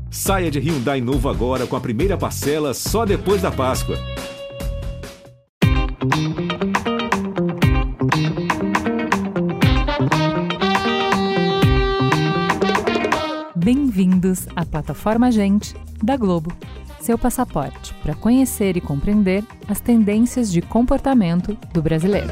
Saia de Hyundai novo agora com a primeira parcela só depois da Páscoa. Bem-vindos à plataforma Gente da Globo, seu passaporte para conhecer e compreender as tendências de comportamento do brasileiro.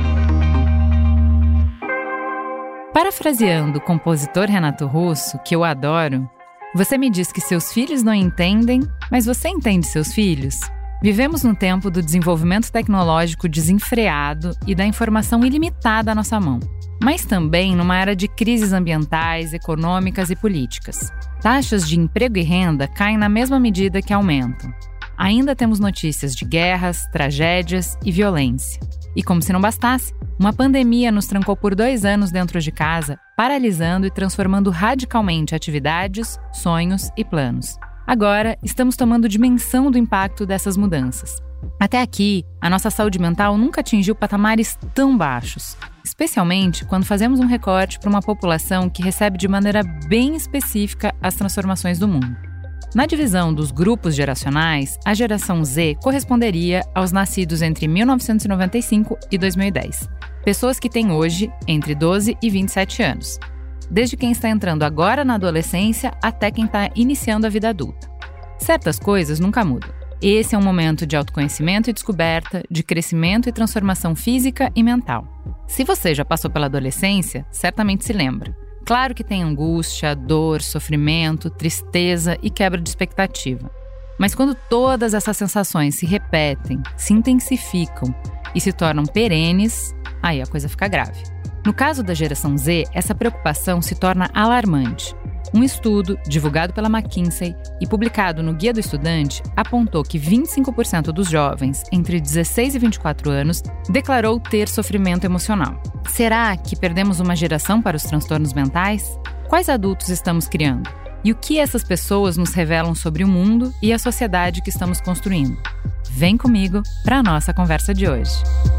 Parafraseando o compositor Renato Russo, que eu adoro, você me diz que seus filhos não entendem, mas você entende seus filhos? Vivemos num tempo do desenvolvimento tecnológico desenfreado e da informação ilimitada à nossa mão, mas também numa era de crises ambientais, econômicas e políticas. Taxas de emprego e renda caem na mesma medida que aumentam. Ainda temos notícias de guerras, tragédias e violência. E como se não bastasse, uma pandemia nos trancou por 2 anos dentro de casa, paralisando e transformando radicalmente atividades, sonhos e planos. Agora, estamos tomando dimensão do impacto dessas mudanças. Até aqui, a nossa saúde mental nunca atingiu patamares tão baixos, especialmente quando fazemos um recorte para uma população que recebe de maneira bem específica as transformações do mundo. Na divisão dos grupos geracionais, a geração Z corresponderia aos nascidos entre 1995 e 2010. Pessoas que têm hoje entre 12 e 27 anos. Desde quem está entrando agora na adolescência até quem está iniciando a vida adulta. Certas coisas nunca mudam. Esse é um momento de autoconhecimento e descoberta, de crescimento e transformação física e mental. Se você já passou pela adolescência, certamente se lembra. Claro que tem angústia, dor, sofrimento, tristeza e quebra de expectativa. Mas quando todas essas sensações se repetem, se intensificam e se tornam perenes, aí a coisa fica grave. No caso da geração Z, essa preocupação se torna alarmante. Um estudo, divulgado pela McKinsey e publicado no Guia do Estudante, apontou que 25% dos jovens entre 16 e 24 anos declarou ter sofrimento emocional. Será que perdemos uma geração para os transtornos mentais? Quais adultos estamos criando? E o que essas pessoas nos revelam sobre o mundo e a sociedade que estamos construindo? Vem comigo para a nossa conversa de hoje.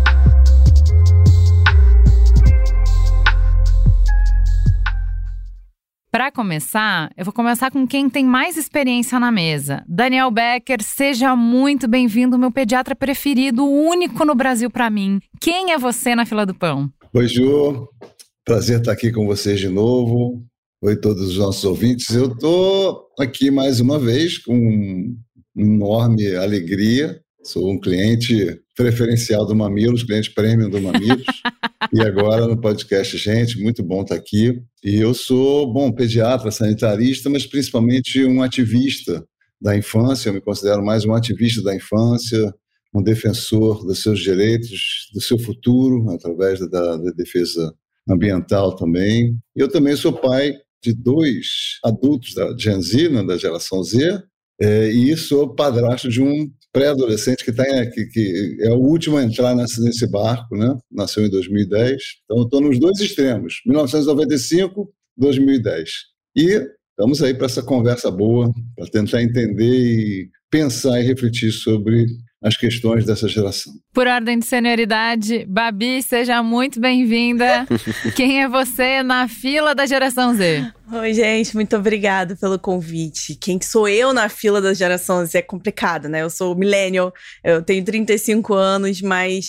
Para começar, eu vou começar com quem tem mais experiência na mesa. Daniel Becker, seja muito bem-vindo, meu pediatra preferido, o único no Brasil para mim. Quem é você na fila do pão? Oi, Ju. Prazer estar aqui com vocês de novo. Oi, todos os nossos ouvintes. Eu estou aqui mais uma vez com enorme alegria. Sou um cliente preferencial do Mamilos, cliente premium do Mamilos. E agora no podcast, gente, muito bom estar aqui. E eu sou, pediatra, sanitarista, mas principalmente um ativista da infância. Eu me considero mais um ativista da infância, um defensor dos seus direitos, do seu futuro, através da defesa ambiental também. Eu também sou pai de 2 adultos da Gen Z, da geração Z, e sou padrasto de um pré-adolescente que é o último a entrar nesse barco, né? Nasceu em 2010. Então, eu estou nos 2 extremos, 1995, 2010. E estamos aí para essa conversa boa, para tentar entender e pensar e refletir sobre as questões dessa geração. Por ordem de senioridade, Babi, seja muito bem-vinda. Quem é você na fila da geração Z? Oi, gente, muito obrigada pelo convite. Quem que sou eu na fila da geração Z é complicado, né? Eu sou millennial, eu tenho 35 anos, mas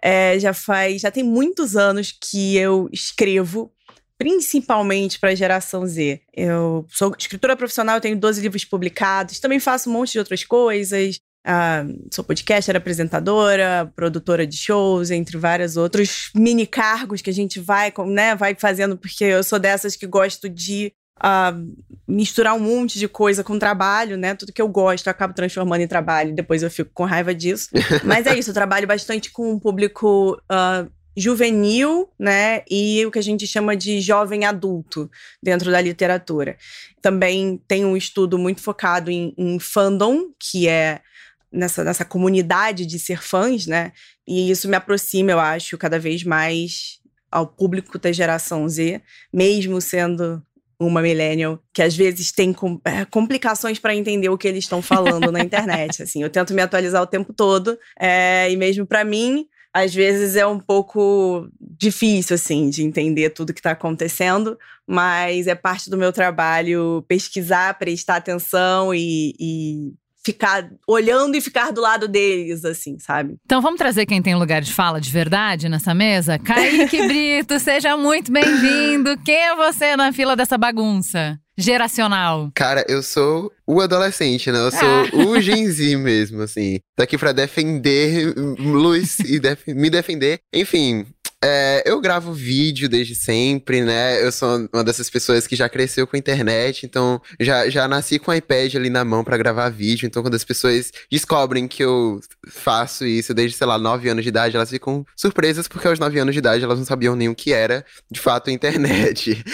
já tem muitos anos que eu escrevo, principalmente para a geração Z. Eu sou escritora profissional, eu tenho 12 livros publicados, também faço um monte de outras coisas. Sou podcaster, apresentadora, produtora de shows, entre vários outros mini cargos que a gente vai fazendo, porque eu sou dessas que gosto de misturar um monte de coisa com trabalho, né? Tudo que eu gosto eu acabo transformando em trabalho e depois eu fico com raiva disso. Mas é isso, eu trabalho bastante com um público juvenil, né? E o que a gente chama de jovem adulto dentro da literatura. Também tem um estudo muito focado em fandom, que é nessa comunidade de ser fãs, né? E isso me aproxima, eu acho, cada vez mais ao público da geração Z, mesmo sendo uma millennial, que às vezes tem complicações para entender o que eles estão falando na internet. Assim, eu tento me atualizar o tempo todo, e mesmo para mim, às vezes é um pouco difícil, assim, de entender tudo que está acontecendo, mas é parte do meu trabalho pesquisar, prestar atenção e ficar olhando e ficar do lado deles, assim, sabe? Então vamos trazer quem tem lugar de fala de verdade nessa mesa? Kaique Brito, seja muito bem-vindo. Quem é você na fila dessa bagunça geracional? Cara, eu sou o adolescente, né? Eu sou o Gen Z mesmo, assim. Tô aqui pra defender Luiz e me defender. Enfim, eu gravo vídeo desde sempre, né? Eu sou uma dessas pessoas que já cresceu com a internet, então já nasci com o iPad ali na mão pra gravar vídeo. Então quando as pessoas descobrem que eu faço isso desde, sei lá, 9 anos de idade, elas ficam surpresas porque aos 9 anos de idade elas não sabiam nem o que era, de fato, a internet.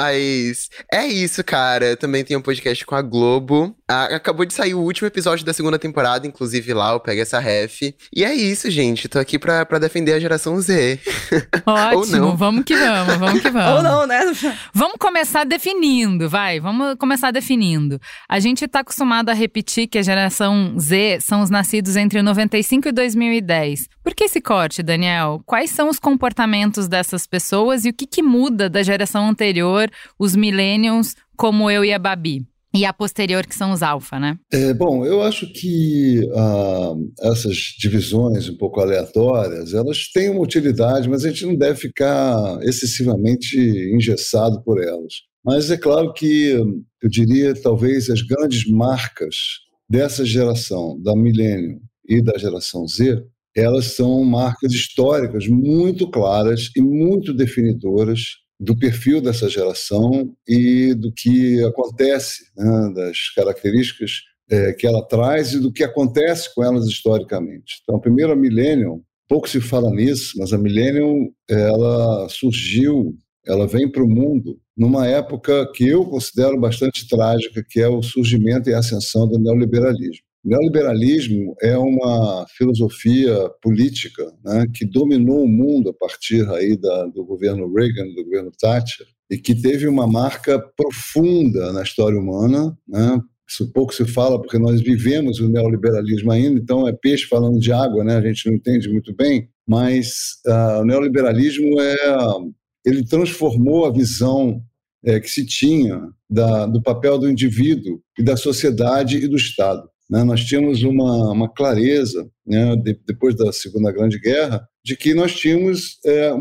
Mas é isso, cara. Eu também tenho um podcast com a Globo. Acabou de sair o último episódio da 2ª temporada, inclusive lá, eu pego essa ref. E é isso, gente. Tô aqui pra defender a geração Z. Ótimo, vamos que vamos. Ou não, né? Vamos começar definindo, vamos começar definindo. A gente tá acostumado a repetir que a geração Z são os nascidos entre 95 e 2010. Por que esse corte, Daniel? Quais são os comportamentos dessas pessoas e o que muda da geração anterior, os millennials, como eu e a Babi? E a posterior, que são os alfa, né? Bom, eu acho que essas divisões um pouco aleatórias, elas têm uma utilidade, mas a gente não deve ficar excessivamente engessado por elas. Mas é claro que, eu diria, talvez as grandes marcas dessa geração, da Millennium e da geração Z, elas são marcas históricas muito claras e muito definidoras do perfil dessa geração e do que acontece, né, das características que ela traz e do que acontece com elas historicamente. Então, primeiro, a Millennium, pouco se fala nisso, mas a Millennium, ela surgiu, ela vem para o mundo numa época que eu considero bastante trágica, que é o surgimento e a ascensão do neoliberalismo. O neoliberalismo é uma filosofia política, né, que dominou o mundo a partir aí do governo Reagan, do governo Thatcher, e que teve uma marca profunda na história humana, né? Isso pouco se fala porque nós vivemos o neoliberalismo ainda, então é peixe falando de água, né? A gente não entende muito bem, mas o neoliberalismo ele transformou a visão que se tinha do papel do indivíduo e da sociedade e do Estado. Nós tínhamos uma clareza, né, depois da Segunda Grande Guerra, de que nós tínhamos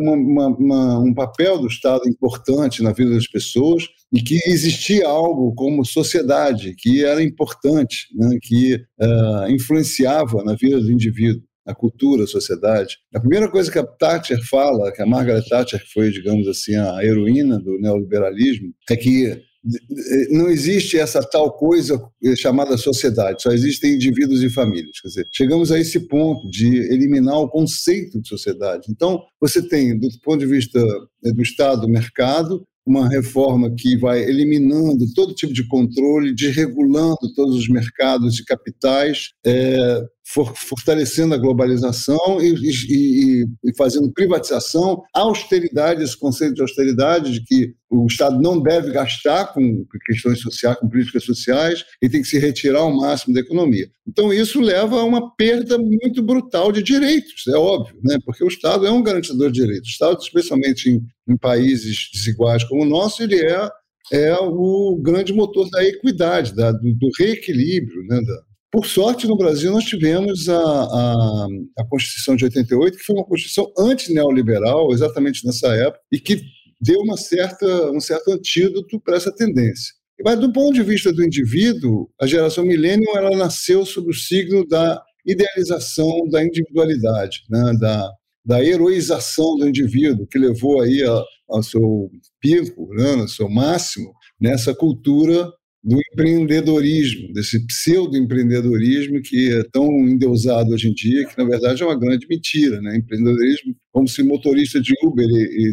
um papel do Estado importante na vida das pessoas e que existia algo como sociedade que era importante, né, que influenciava na vida do indivíduo, a cultura, a sociedade. A primeira coisa que a Thatcher fala, que a Margaret Thatcher, que foi, digamos assim, a heroína do neoliberalismo, é que não existe essa tal coisa chamada sociedade, só existem indivíduos e famílias. Quer dizer, chegamos a esse ponto de eliminar o conceito de sociedade. Então, você tem, do ponto de vista do Estado, do mercado, uma reforma que vai eliminando todo tipo de controle, desregulando todos os mercados de capitais, fortalecendo a globalização e fazendo privatização, austeridade, esse conceito de austeridade, de que o Estado não deve gastar com questões sociais, com políticas sociais, e tem que se retirar ao máximo da economia. Então, isso leva a uma perda muito brutal de direitos, é óbvio, né? Porque o Estado é um garantidor de direitos. O Estado, especialmente em países desiguais como o nosso, ele é o grande motor da equidade, do reequilíbrio, né? Por sorte, no Brasil, nós tivemos a Constituição de 88, que foi uma Constituição anti-neoliberal, exatamente nessa época, e que deu um certo antídoto para essa tendência. Mas, do ponto de vista do indivíduo, a geração millennial ela nasceu sob o signo da idealização da individualidade, né? da heroização do indivíduo, que levou aí ao seu pico, né? Ao seu máximo, nessa cultura do empreendedorismo, desse pseudo-empreendedorismo que é tão endeusado hoje em dia, que na verdade é uma grande mentira, né? Empreendedorismo como se motorista de Uber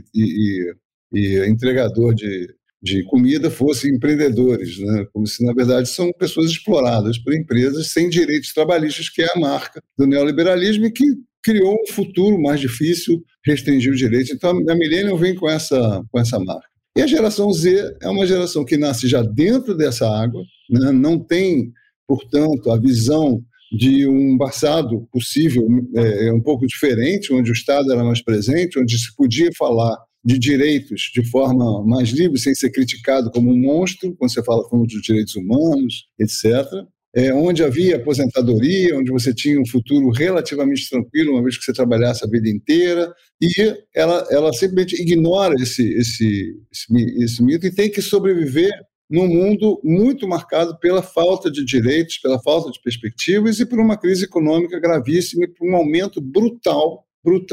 e entregador de comida fossem empreendedores, né? Como se na verdade são pessoas exploradas por empresas sem direitos trabalhistas, que é a marca do neoliberalismo e que criou um futuro mais difícil, restringiu direitos. Então a Millennium vem com essa marca. E a geração Z é uma geração que nasce já dentro dessa água, né? Não tem, portanto, a visão de um passado possível um pouco diferente, onde o Estado era mais presente, onde se podia falar de direitos de forma mais livre, sem ser criticado como um monstro, quando você fala dos direitos humanos, etc., onde havia aposentadoria, onde você tinha um futuro relativamente tranquilo, uma vez que você trabalhasse a vida inteira, e ela simplesmente ignora esse mito e tem que sobreviver num mundo muito marcado pela falta de direitos, pela falta de perspectivas e por uma crise econômica gravíssima e por um aumento brutal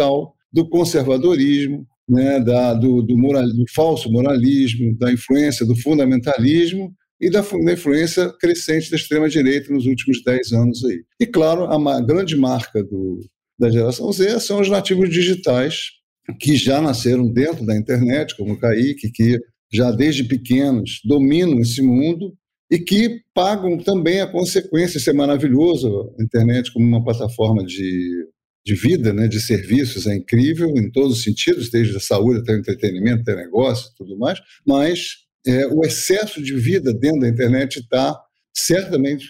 do conservadorismo, né, do falso moralismo, da influência do fundamentalismo e da influência crescente da extrema-direita nos últimos 10 anos aí. E, claro, a grande marca da geração Z são os nativos digitais, que já nasceram dentro da internet, como o Kaique, que já desde pequenos dominam esse mundo e que pagam também a consequência. Isso é maravilhoso, a internet como uma plataforma de vida, né, de serviços, é incrível em todos os sentidos, desde a saúde até o entretenimento, até negócio e tudo mais, mas o excesso de vida dentro da internet está certamente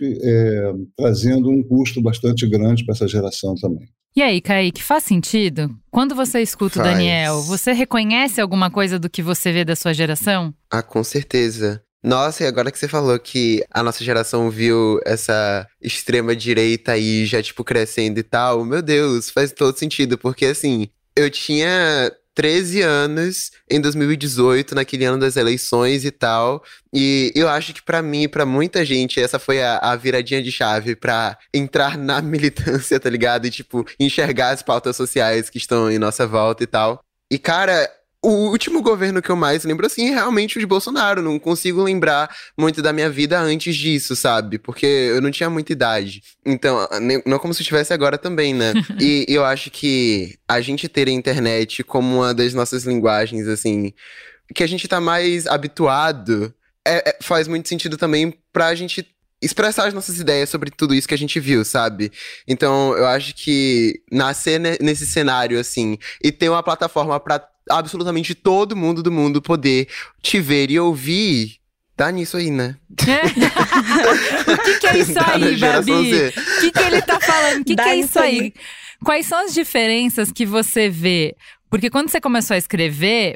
trazendo um custo bastante grande para essa geração também. E aí, Kaique, faz sentido? Quando você escuta o Daniel, você reconhece alguma coisa do que você vê da sua geração? Ah, com certeza. Nossa, e agora que você falou que a nossa geração viu essa extrema direita aí já, tipo, crescendo e tal, meu Deus, faz todo sentido, porque assim, eu tinha 13 anos em 2018, naquele ano das eleições e tal. E eu acho que pra mim, pra muita gente, essa foi a viradinha de chave pra entrar na militância, tá ligado? E, tipo, enxergar as pautas sociais que estão em nossa volta e tal. E, cara, o último governo que eu mais lembro, assim, é realmente o de Bolsonaro. Não consigo lembrar muito da minha vida antes disso, sabe? Porque eu não tinha muita idade. Então, não como se tivesse agora também, né? E eu acho que a gente ter a internet como uma das nossas linguagens, assim, que a gente tá mais habituado, faz muito sentido também pra gente expressar as nossas ideias sobre tudo isso que a gente viu, sabe? Então, eu acho que nascer nesse cenário, assim, e ter uma plataforma pra absolutamente todo mundo do mundo poder te ver e ouvir, dá nisso aí, né? O que é isso aí, Babi? O que ele tá falando? O que é isso aí? Quais são as diferenças que você vê? Porque quando você começou a escrever,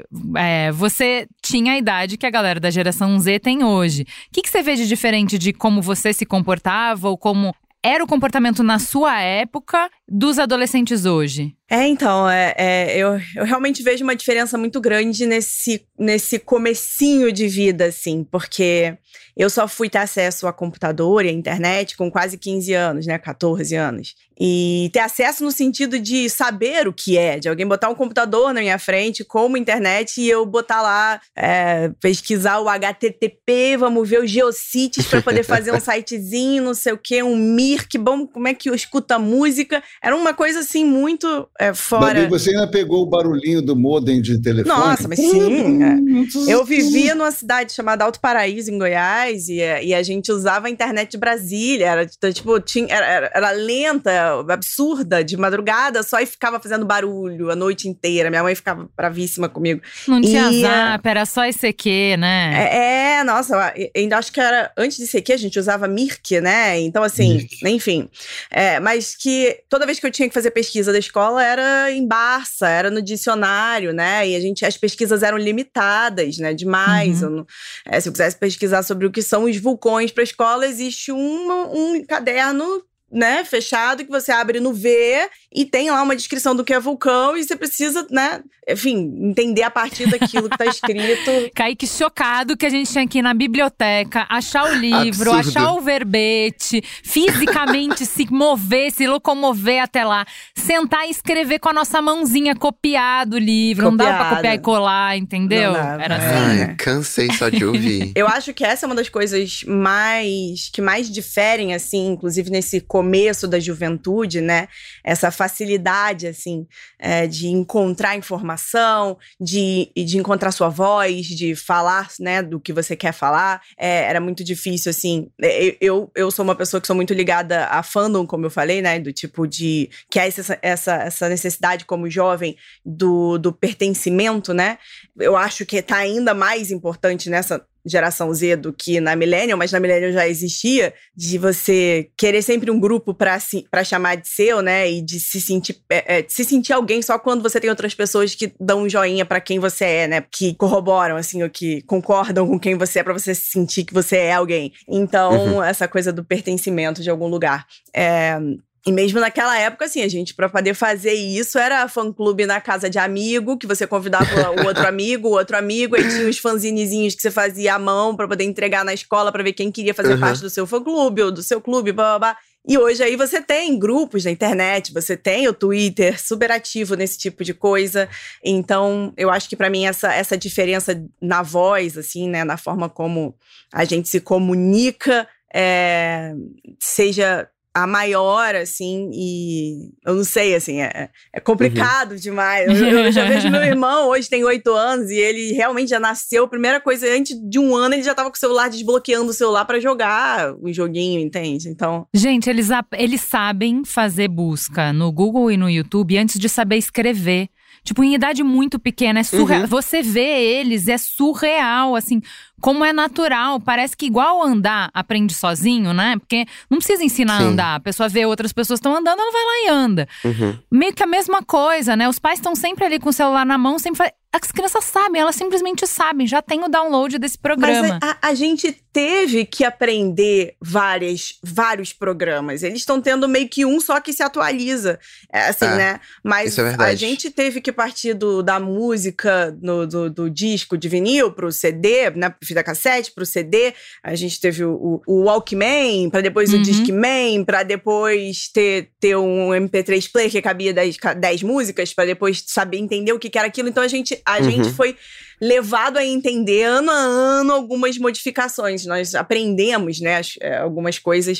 você tinha a idade que a galera da geração Z tem hoje. O que você vê de diferente de como você se comportava ou como era o comportamento na sua época dos adolescentes hoje? Então, eu realmente vejo uma diferença muito grande nesse comecinho de vida, assim, porque eu só fui ter acesso a computador e a internet com quase 15 anos, né, 14 anos. E ter acesso no sentido de saber o que de alguém botar um computador na minha frente com uma internet e eu botar lá, pesquisar o HTTP, vamos ver os geocities para poder fazer um sitezinho, não sei o quê, um Mirk, bom, como é que eu escuto a música. Era uma coisa, assim, muito fora. Babi, você ainda pegou o barulhinho do modem de telefone? Nossa, mas sim. Eu vivia numa cidade chamada Alto Paraíso, em Goiás, e a gente usava a internet de Brasília. Era, tipo, era lenta, absurda, de madrugada, só e ficava fazendo barulho a noite inteira. Minha mãe ficava bravíssima comigo. Não tinha zap, era só ICQ, né? Nossa, ainda acho que era antes de ICQ, a gente usava Mirk, né? Então, assim, enfim. Mas que toda vez que eu tinha que fazer pesquisa da escola era em Barça, era no dicionário, né? E as pesquisas eram limitadas, né? Demais. Se eu quisesse pesquisar sobre o que são os vulcões para a escola, existe um caderno, né, fechado, que você abre no V e tem lá uma descrição do que é vulcão e você precisa, né, enfim, entender a partir daquilo que tá escrito. Kaique chocado que a gente tinha que ir na biblioteca, achar o livro, achar o verbete, fisicamente se mover, se locomover até lá, sentar e escrever com a nossa mãozinha, copiar do livro. Não dava pra copiar e colar, entendeu? Era assim, né? Cansei só de ouvir. Eu acho que essa é uma das coisas que mais diferem, assim, inclusive nesse começo da juventude, né? Essa facilidade, assim, de encontrar informação, de encontrar sua voz, de falar, né, do que você quer falar. Era muito difícil, assim. Eu sou uma pessoa que sou muito ligada a fandom, como eu falei, né? Do tipo de... Que é essa necessidade como jovem do pertencimento, né? Eu acho que tá ainda mais importante geração Z do que na Millennial, mas na Millennial já existia, de você querer sempre um grupo pra chamar de seu, né? E de se sentir alguém só quando você tem outras pessoas que dão um joinha pra quem você é, né? Que corroboram, assim, ou que concordam com quem você é, pra você sentir que você é alguém. Então, essa coisa do pertencimento de algum lugar. E mesmo naquela época, assim, a gente, pra poder fazer isso, era fã-clube na casa de amigo, que você convidava o outro amigo, aí tinha os fanzinezinhos que você fazia à mão pra poder entregar na escola pra ver quem queria fazer parte do seu fã-clube ou do seu clube, blá, blá, blá. E hoje aí você tem grupos na internet, você tem o Twitter super ativo nesse tipo de coisa. Então, eu acho que pra mim essa diferença na voz, assim, né, na forma como a gente se comunica, seja a maior, assim, e eu não sei, assim, é complicado demais. Eu já vejo meu irmão, hoje tem 8 anos, e ele realmente já nasceu, primeira coisa, antes de 1 ano, ele já tava com o celular, desbloqueando o celular pra jogar um joguinho, entende? Então… Gente, eles sabem fazer busca no Google e no YouTube antes de saber escrever. Tipo, em idade muito pequena, é surreal. Você vê eles, é surreal, assim, como é natural. Parece que igual andar, aprende sozinho, né? Porque não precisa ensinar a andar. A pessoa vê outras pessoas estão andando, ela vai lá e anda. Meio que a mesma coisa, né? Os pais estão sempre ali com o celular na mão, sempre as crianças sabem, elas simplesmente sabem. Já tem o download desse programa. Mas a gente teve que aprender vários programas. Eles estão tendo meio que um só que se atualiza. Assim, né? Mas a gente teve que partir da música do disco de vinil pro CD, né? Pro fita cassete, pro CD. A gente teve o Walkman, pra depois o Discman, pra depois ter um MP3 player que cabia 10 músicas, pra depois saber entender o que era aquilo. Então a gente foi levado a entender ano a ano algumas modificações. Nós aprendemos, né, algumas coisas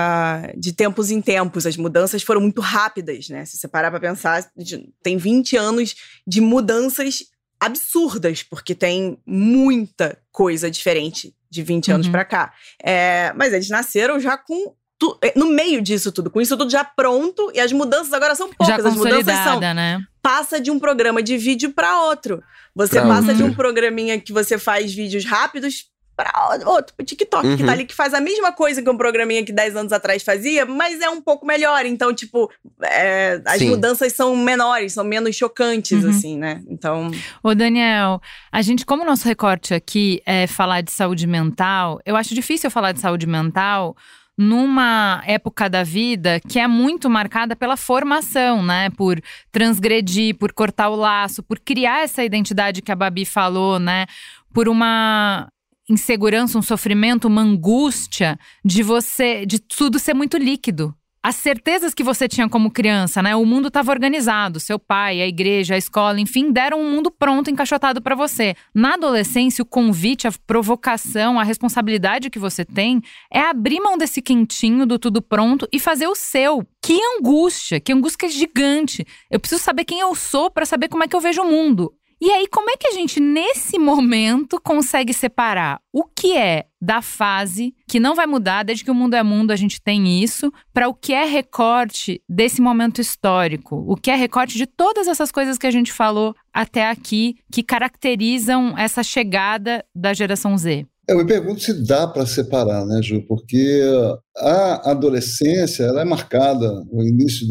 de tempos em tempos. As mudanças foram muito rápidas, né? Se você parar pra pensar, tem 20 anos de mudanças absurdas, porque tem muita coisa diferente de 20 anos pra cá. Mas eles nasceram já com… no meio disso tudo, com isso tudo já pronto, e as mudanças agora são poucas. Já as mudanças são… né? Passa de um programa de vídeo para outro. Você passa de um programinha que você faz vídeos rápidos para outro, o TikTok, que tá ali, que faz a mesma coisa que um programinha que 10 anos atrás fazia, mas é um pouco melhor. Então, tipo, as mudanças são menores, são menos chocantes, assim, né? Então… Ô, Daniel, a gente, como o nosso recorte aqui é falar de saúde mental, eu acho difícil falar de saúde mental numa época da vida que é muito marcada pela formação, né? Por transgredir, por cortar o laço, por criar essa identidade que a Babi falou, né? Por uma insegurança, um sofrimento, uma angústia de tudo ser muito líquido. As certezas que você tinha como criança, né? O mundo estava organizado, seu pai, a igreja, a escola, enfim, deram um mundo pronto, encaixotado para você. Na adolescência, o convite, a provocação, a responsabilidade que você tem é abrir mão desse quentinho do tudo pronto e fazer o seu. Que angústia gigante. Eu preciso saber quem eu sou para saber como é que eu vejo o mundo. E aí, como é que a gente, nesse momento, consegue separar o que é da fase, que não vai mudar, desde que o mundo é mundo, a gente tem isso, para o que é recorte desse momento histórico, o que é recorte de todas essas coisas que a gente falou até aqui, que caracterizam essa chegada da geração Z? Eu me pergunto se dá para separar, né, Ju? Porque a adolescência, ela é marcada, o início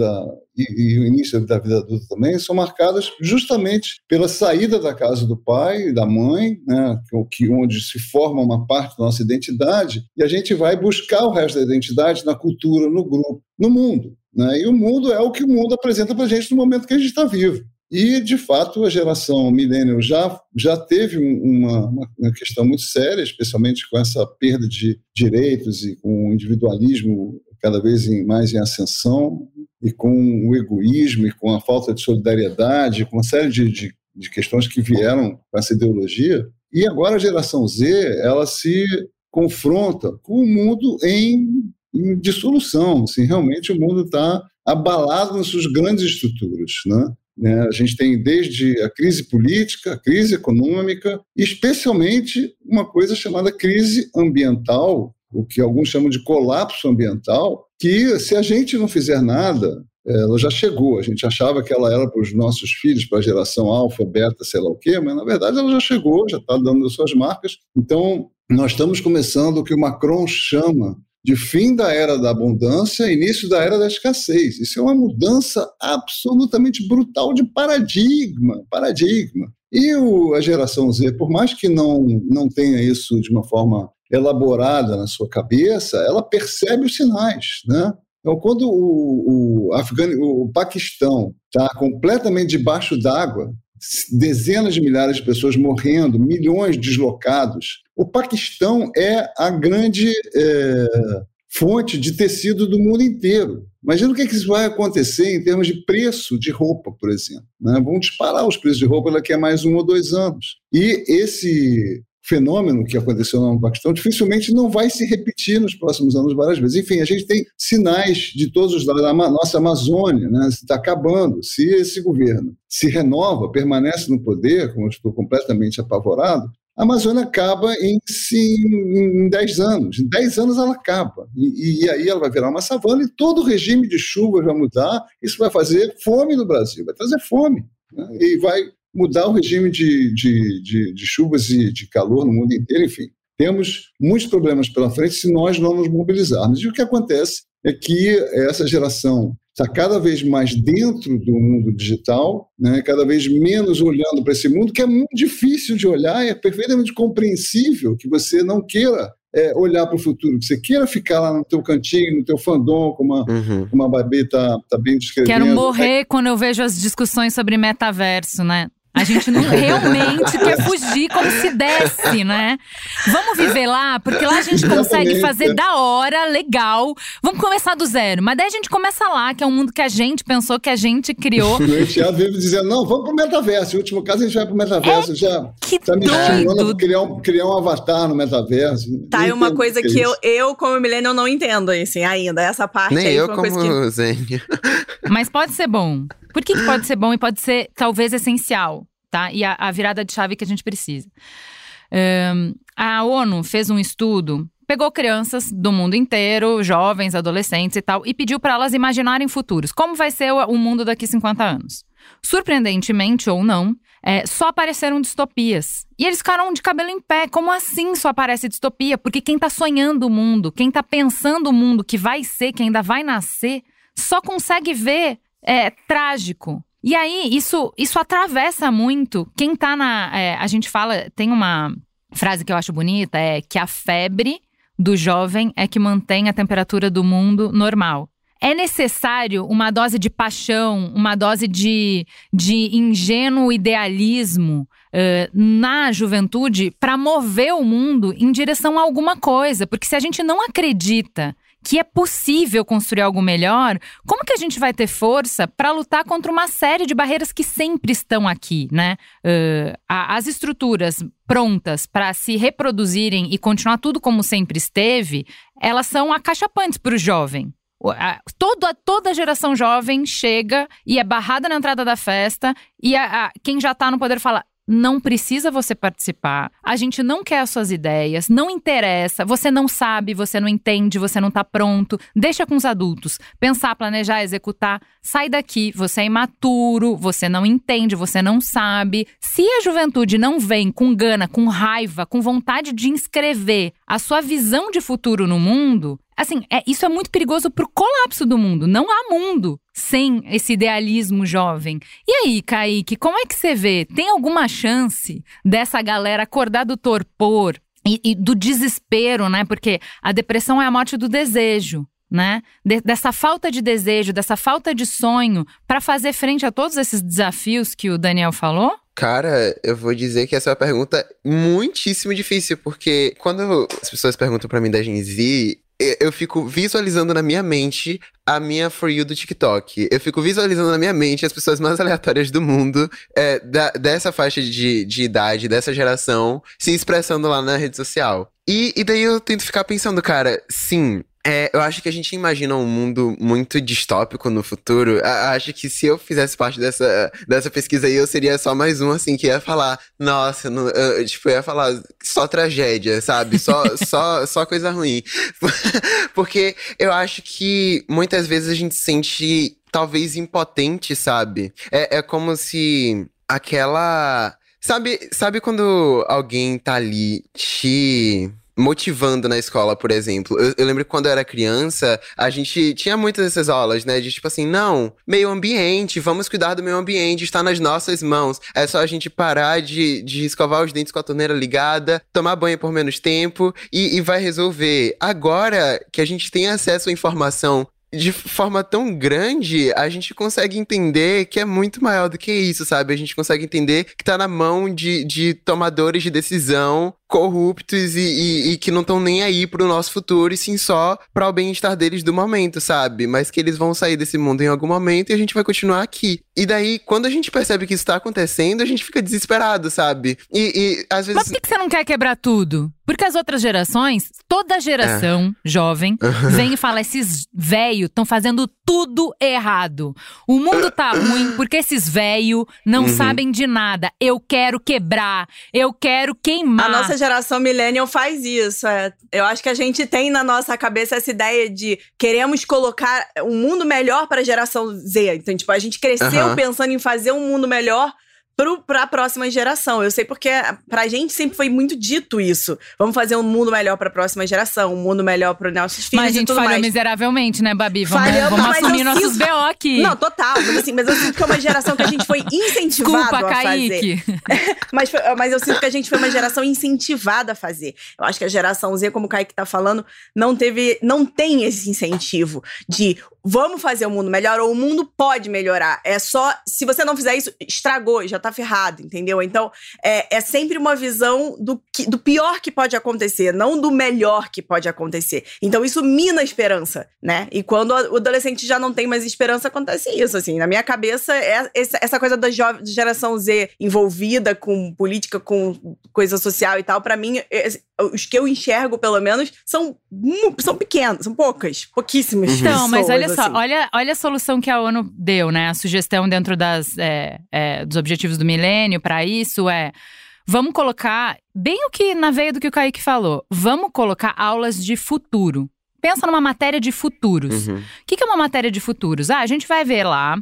da vida adulta também, são marcadas justamente pela saída da casa do pai e da mãe, né, onde se forma uma parte da nossa identidade, e a gente vai buscar o resto da identidade na cultura, no grupo, no mundo, né? E o mundo é o que o mundo apresenta para a gente no momento que a gente está vivo. E, de fato, a geração millennial já teve uma questão muito séria, especialmente com essa perda de direitos e com o individualismo cada vez mais em ascensão, e com o egoísmo e com a falta de solidariedade, com uma série de questões que vieram com essa ideologia. E agora a geração Z, ela se confronta com o mundo em dissolução. Assim, realmente o mundo está abalado nas suas grandes estruturas, né? A gente tem desde a crise política, a crise econômica, e especialmente uma coisa chamada crise ambiental, o que alguns chamam de colapso ambiental, que se a gente não fizer nada, ela já chegou. A gente achava que ela era para os nossos filhos, para a geração alfa, beta, sei lá o quê, mas na verdade ela já chegou, já está dando as suas marcas. Então nós estamos começando o que o Macron chama de fim da era da abundância, início da era da escassez. Isso é uma mudança absolutamente brutal de paradigma. E a geração Z, por mais que não tenha isso de uma forma elaborada na sua cabeça, ela percebe os sinais, né? Então, quando o Paquistão está completamente debaixo d'água, dezenas de milhares de pessoas morrendo, milhões deslocados, o Paquistão é a grande fonte de tecido do mundo inteiro. Imagina o que isso vai acontecer em termos de preço de roupa, por exemplo, né? Vão disparar os preços de roupa daqui a mais 1 ou 2 anos. E esse fenômeno que aconteceu no Paquistão dificilmente não vai se repetir nos próximos anos várias vezes. Enfim, a gente tem sinais de todos os lados. A nossa Amazônia, né, está acabando. Se esse governo se renova, permanece no poder, como eu estou completamente apavorado, a Amazônia acaba em 10 anos. Em 10 anos ela acaba. E aí ela vai virar uma savana e todo o regime de chuvas vai mudar. Isso vai fazer fome no Brasil, vai trazer fome, né? E vai mudar o regime de chuvas e de calor no mundo inteiro. Enfim, temos muitos problemas pela frente se nós não nos mobilizarmos. E o que acontece é que essa geração está cada vez mais dentro do mundo digital, né? Cada vez menos olhando para esse mundo, que é muito difícil de olhar, é perfeitamente compreensível que você não queira olhar para o futuro, que você queira ficar lá no teu cantinho, no teu fandom, como a Babi está bem descrevendo. Quero morrer quando eu vejo as discussões sobre metaverso, né? A gente não realmente quer fugir como se desse, né? Vamos viver lá, porque lá a gente consegue fazer da hora, legal. Vamos começar do zero. Mas daí a gente começa lá, que é um mundo que a gente pensou, que a gente criou. O Thiago vive dizendo, não, vamos pro metaverso. No último caso a gente vai pro metaverso. Já tá me estimulando a criar um avatar no metaverso. Tá, é uma coisa que eu como millennial, não entendo, assim, ainda. Essa parte nem aí eu foi uma como coisa que... Zen. Mas pode ser bom. Por que pode ser bom e pode ser, talvez, essencial, tá? E a virada de chave que a gente precisa. A ONU fez um estudo, pegou crianças do mundo inteiro, jovens, adolescentes e tal, e pediu para elas imaginarem futuros. Como vai ser o mundo daqui 50 anos? Surpreendentemente ou não, só apareceram distopias. E eles ficaram de cabelo em pé. Como assim só aparece distopia? Porque quem tá sonhando o mundo, quem tá pensando o mundo que vai ser, que ainda vai nascer, só consegue ver trágico. E aí, isso atravessa muito quem tá a gente fala, tem uma frase que eu acho bonita, que a febre do jovem é que mantém a temperatura do mundo normal. É necessário uma dose de paixão, uma dose de ingênuo idealismo na juventude para mover o mundo em direção a alguma coisa. Porque se a gente não acredita que é possível construir algo melhor, como que a gente vai ter força para lutar contra uma série de barreiras que sempre estão aqui, né? As estruturas prontas para se reproduzirem e continuar tudo como sempre esteve, elas são acachapantes para o jovem. Toda geração jovem chega e é barrada na entrada da festa e quem já está no poder fala: não precisa você participar, a gente não quer as suas ideias, não interessa, você não sabe, você não entende, você não tá pronto, deixa com os adultos, pensar, planejar, executar, sai daqui, você é imaturo, você não entende, você não sabe. Se a juventude não vem com gana, com raiva, com vontade de inscrever a sua visão de futuro no mundo, assim, isso é muito perigoso pro colapso do mundo. Não há mundo sem esse idealismo jovem. E aí, Kaique, como é que você vê? Tem alguma chance dessa galera acordar do torpor e do desespero, né? Porque a depressão é a morte do desejo, né? Dessa falta de desejo, dessa falta de sonho para fazer frente a todos esses desafios que o Daniel falou? Cara, eu vou dizer que essa é uma pergunta muitíssimo difícil, porque quando as pessoas perguntam pra mim da Gen Z, eu fico visualizando na minha mente a minha For You do TikTok. Eu fico visualizando na minha mente as pessoas mais aleatórias do mundo, dessa faixa de idade, dessa geração, se expressando lá na rede social. E daí eu tento ficar pensando, cara, sim, eu acho que a gente imagina um mundo muito distópico no futuro. Acho que se eu fizesse parte dessa pesquisa aí, eu seria só mais um, assim, que ia falar, nossa, eu ia falar só tragédia, sabe? Só coisa ruim. Porque eu acho que muitas vezes a gente se sente talvez impotente, sabe? É como se aquela Sabe quando alguém tá ali te motivando na escola, por exemplo? Eu lembro que quando eu era criança, a gente tinha muitas dessas aulas, né? De tipo assim, não, meio ambiente, vamos cuidar do meio ambiente, está nas nossas mãos. É só a gente parar de escovar os dentes com a torneira ligada, tomar banho por menos tempo e vai resolver. Agora que a gente tem acesso à informação de forma tão grande, a gente consegue entender que é muito maior do que isso, sabe? A gente consegue entender que tá na mão de tomadores de decisão corruptos e que não estão nem aí pro nosso futuro, e sim só para o bem-estar deles do momento, sabe? Mas que eles vão sair desse mundo em algum momento e a gente vai continuar aqui. E daí, quando a gente percebe que isso tá acontecendo, a gente fica desesperado, sabe? E às vezes... Mas por que você não quer quebrar tudo? Porque as outras gerações, toda geração jovem, vem e fala, esses velhos estão fazendo tudo errado. O mundo tá ruim porque esses velhos não sabem de nada. Eu quero quebrar, eu quero queimar. A nossa geração millennial faz isso. Eu acho que a gente tem na nossa cabeça essa ideia de queremos colocar um mundo melhor para a geração Z. Então, tipo, a gente cresceu pensando em fazer um mundo melhor pra próxima geração. Eu sei porque pra gente sempre foi muito dito isso. Vamos fazer um mundo melhor pra próxima geração, um mundo melhor pros nossos filhos. Mas a gente falhou miseravelmente, né, Babi? Vamos assumir nossos BO aqui. Não, total. Mas eu sinto que é uma geração que a gente foi incentivado a Kaique. fazer. Mas eu sinto que a gente foi uma geração incentivada a fazer. Eu acho que a geração Z, como o Kaique tá falando, não tem esse incentivo de vamos fazer o mundo melhor ou o mundo pode melhorar. É só, se você não fizer isso, estragou, já tá ferrado, entendeu? Então, é sempre uma visão do pior que pode acontecer, não do melhor que pode acontecer. Então, isso mina a esperança, né? E quando o adolescente já não tem mais esperança, acontece isso, assim. Na minha cabeça, essa coisa da geração Z envolvida com política, com coisa social e tal, pra mim, os que eu enxergo, pelo menos, são pequenos, são pouquíssimas pessoas. Então, mas olha só, assim. olha a solução que a ONU deu, né? A sugestão dentro dos objetivos do milênio para isso vamos colocar, bem o que na veia do que o Kaique falou, vamos colocar aulas de futuro. Pensa numa matéria de futuros. O que é uma matéria de futuros? A gente vai ver lá,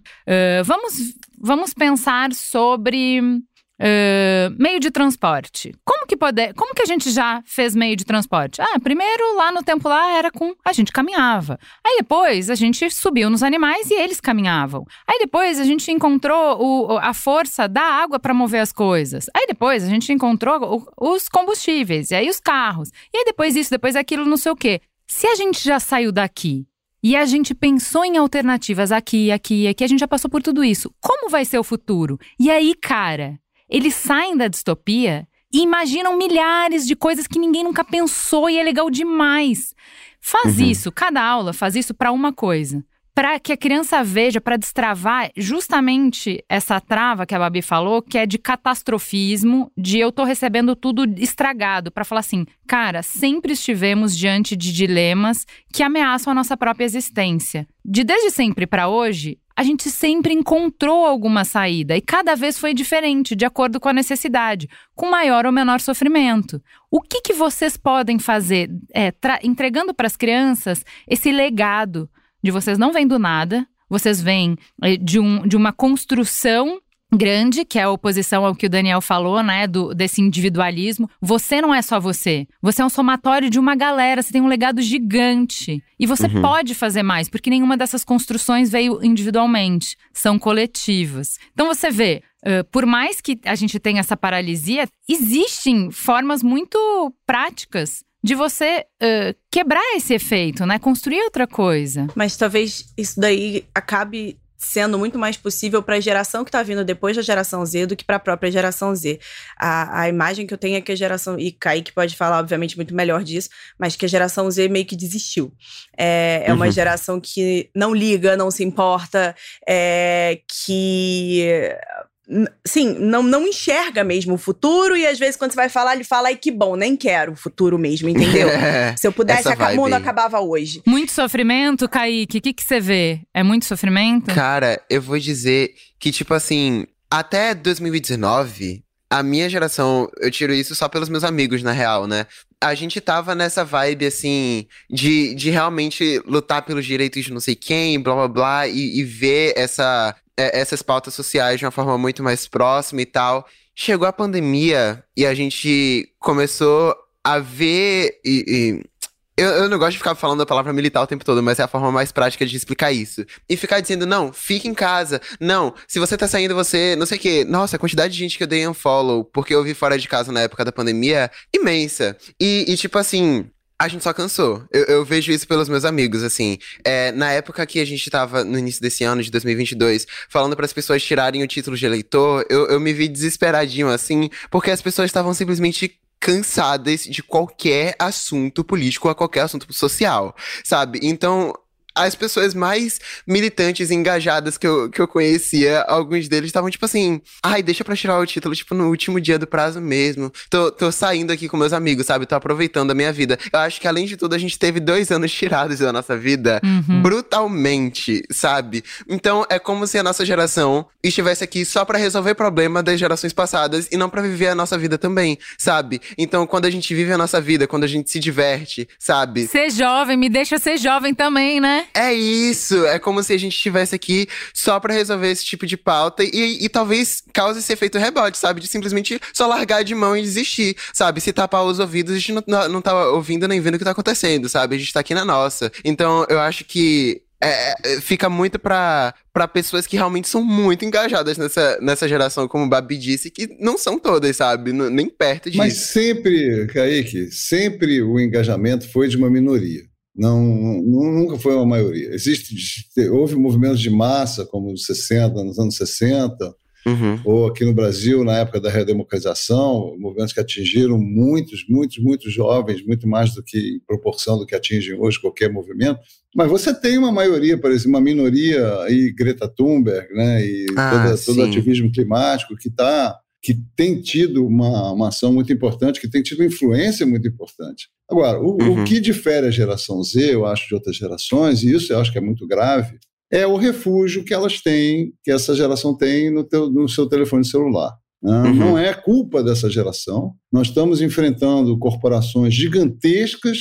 vamos pensar sobre meio de transporte. Como que a gente já fez meio de transporte? Primeiro lá no tempo lá a gente caminhava. Aí depois a gente subiu nos animais e eles caminhavam. Aí depois a gente encontrou a força da água para mover as coisas. Aí depois a gente encontrou os combustíveis, e aí os carros. E aí depois isso, depois aquilo, não sei o quê. Se a gente já saiu daqui e a gente pensou em alternativas aqui, a gente já passou por tudo isso, como vai ser o futuro? E aí, cara, eles saem da distopia e imaginam milhares de coisas que ninguém nunca pensou e é legal demais. Faz isso, cada aula faz isso para uma coisa. Para que a criança veja, para destravar justamente essa trava que a Babi falou, que é de catastrofismo, de eu tô recebendo tudo estragado, para falar assim, cara, sempre estivemos diante de dilemas que ameaçam a nossa própria existência. Desde sempre para hoje, a gente sempre encontrou alguma saída e cada vez foi diferente, de acordo com a necessidade, com maior ou menor sofrimento. O que vocês podem fazer entregando para as crianças esse legado de vocês não vêm do nada, vocês vêm de uma construção grande, que é a oposição ao que o Daniel falou, né, desse individualismo. Você não é só você. Você é um somatório de uma galera, você tem um legado gigante. E você pode fazer mais, porque nenhuma dessas construções veio individualmente. São coletivas. Então você vê, por mais que a gente tenha essa paralisia, existem formas muito práticas de você quebrar esse efeito, né? Construir outra coisa. Mas talvez isso daí acabe sendo muito mais possível para a geração que está vindo depois da geração Z do que para a própria geração Z. A imagem que eu tenho é que a geração... E Kaique pode falar, obviamente, muito melhor disso, mas que a geração Z meio que desistiu. É uma geração que não liga, não se importa, que... Sim, não enxerga mesmo o futuro, e às vezes quando você vai falar, ele fala, ai que bom, nem quero o futuro mesmo, entendeu? Se eu pudesse, o mundo acabava hoje. Muito sofrimento, Kaique, o que você vê? É muito sofrimento? Cara, eu vou dizer que, tipo assim, até 2019, a minha geração, eu tiro isso só pelos meus amigos, na real, né? A gente tava nessa vibe, assim, de realmente lutar pelos direitos de não sei quem, blá blá blá, e ver essas pautas sociais de uma forma muito mais próxima e tal. chegou a pandemia e a gente começou a ver eu não gosto de ficar falando a palavra militar o tempo todo, mas é a forma mais prática de explicar isso. E ficar dizendo, não, fica em casa. Não, se você tá saindo, você não sei o quê. Nossa, a quantidade de gente que eu dei unfollow porque eu vi fora de casa na época da pandemia, imensa. E tipo assim, a gente só cansou. Eu vejo isso pelos meus amigos, assim. Na época que a gente tava, no início desse ano, de 2022, falando para as pessoas tirarem o título de eleitor, eu me vi desesperadinho, assim, porque as pessoas estavam simplesmente cansadas de qualquer assunto político ou qualquer assunto social, sabe? Então, as pessoas mais militantes e engajadas que eu conhecia, alguns deles estavam tipo assim, ai, deixa pra tirar o título, tipo, no último dia do prazo mesmo. Tô saindo aqui com meus amigos, sabe? Tô aproveitando a minha vida. Eu acho que, além de tudo, a gente teve 2 anos tirados da nossa vida brutalmente, sabe? Então, é como se a nossa geração estivesse aqui só pra resolver problema das gerações passadas e não pra viver a nossa vida também, sabe? Então, quando a gente vive a nossa vida, quando a gente se diverte, sabe? Ser jovem, me deixa ser jovem também, né? É isso, é como se a gente estivesse aqui só pra resolver esse tipo de pauta e talvez cause esse efeito rebote, sabe? De simplesmente só largar de mão e desistir, sabe? Se tapar os ouvidos, a gente não tá ouvindo nem vendo o que tá acontecendo, sabe? A gente tá aqui na nossa. Então, eu acho que fica muito pra pessoas que realmente são muito engajadas nessa geração, como o Babi disse, que não são todas, sabe? Nem perto disso. Mas sempre, Kaique, sempre o engajamento foi de uma minoria. Nunca foi uma maioria. Houve movimentos de massa, como nos anos 60, ou aqui no Brasil, na época da redemocratização, movimentos que atingiram muitos jovens, muito mais do que em proporção do que atingem hoje qualquer movimento. Mas você tem uma maioria, por exemplo, uma minoria, aí, Greta Thunberg, né, e todo ativismo climático que tem tido uma ação muito importante, que tem tido uma influência muito importante. Agora, o que difere a geração Z, eu acho, de outras gerações, e isso eu acho que é muito grave, é o refúgio que elas têm, que essa geração tem no seu telefone celular. Não é culpa dessa geração. Nós estamos enfrentando corporações gigantescas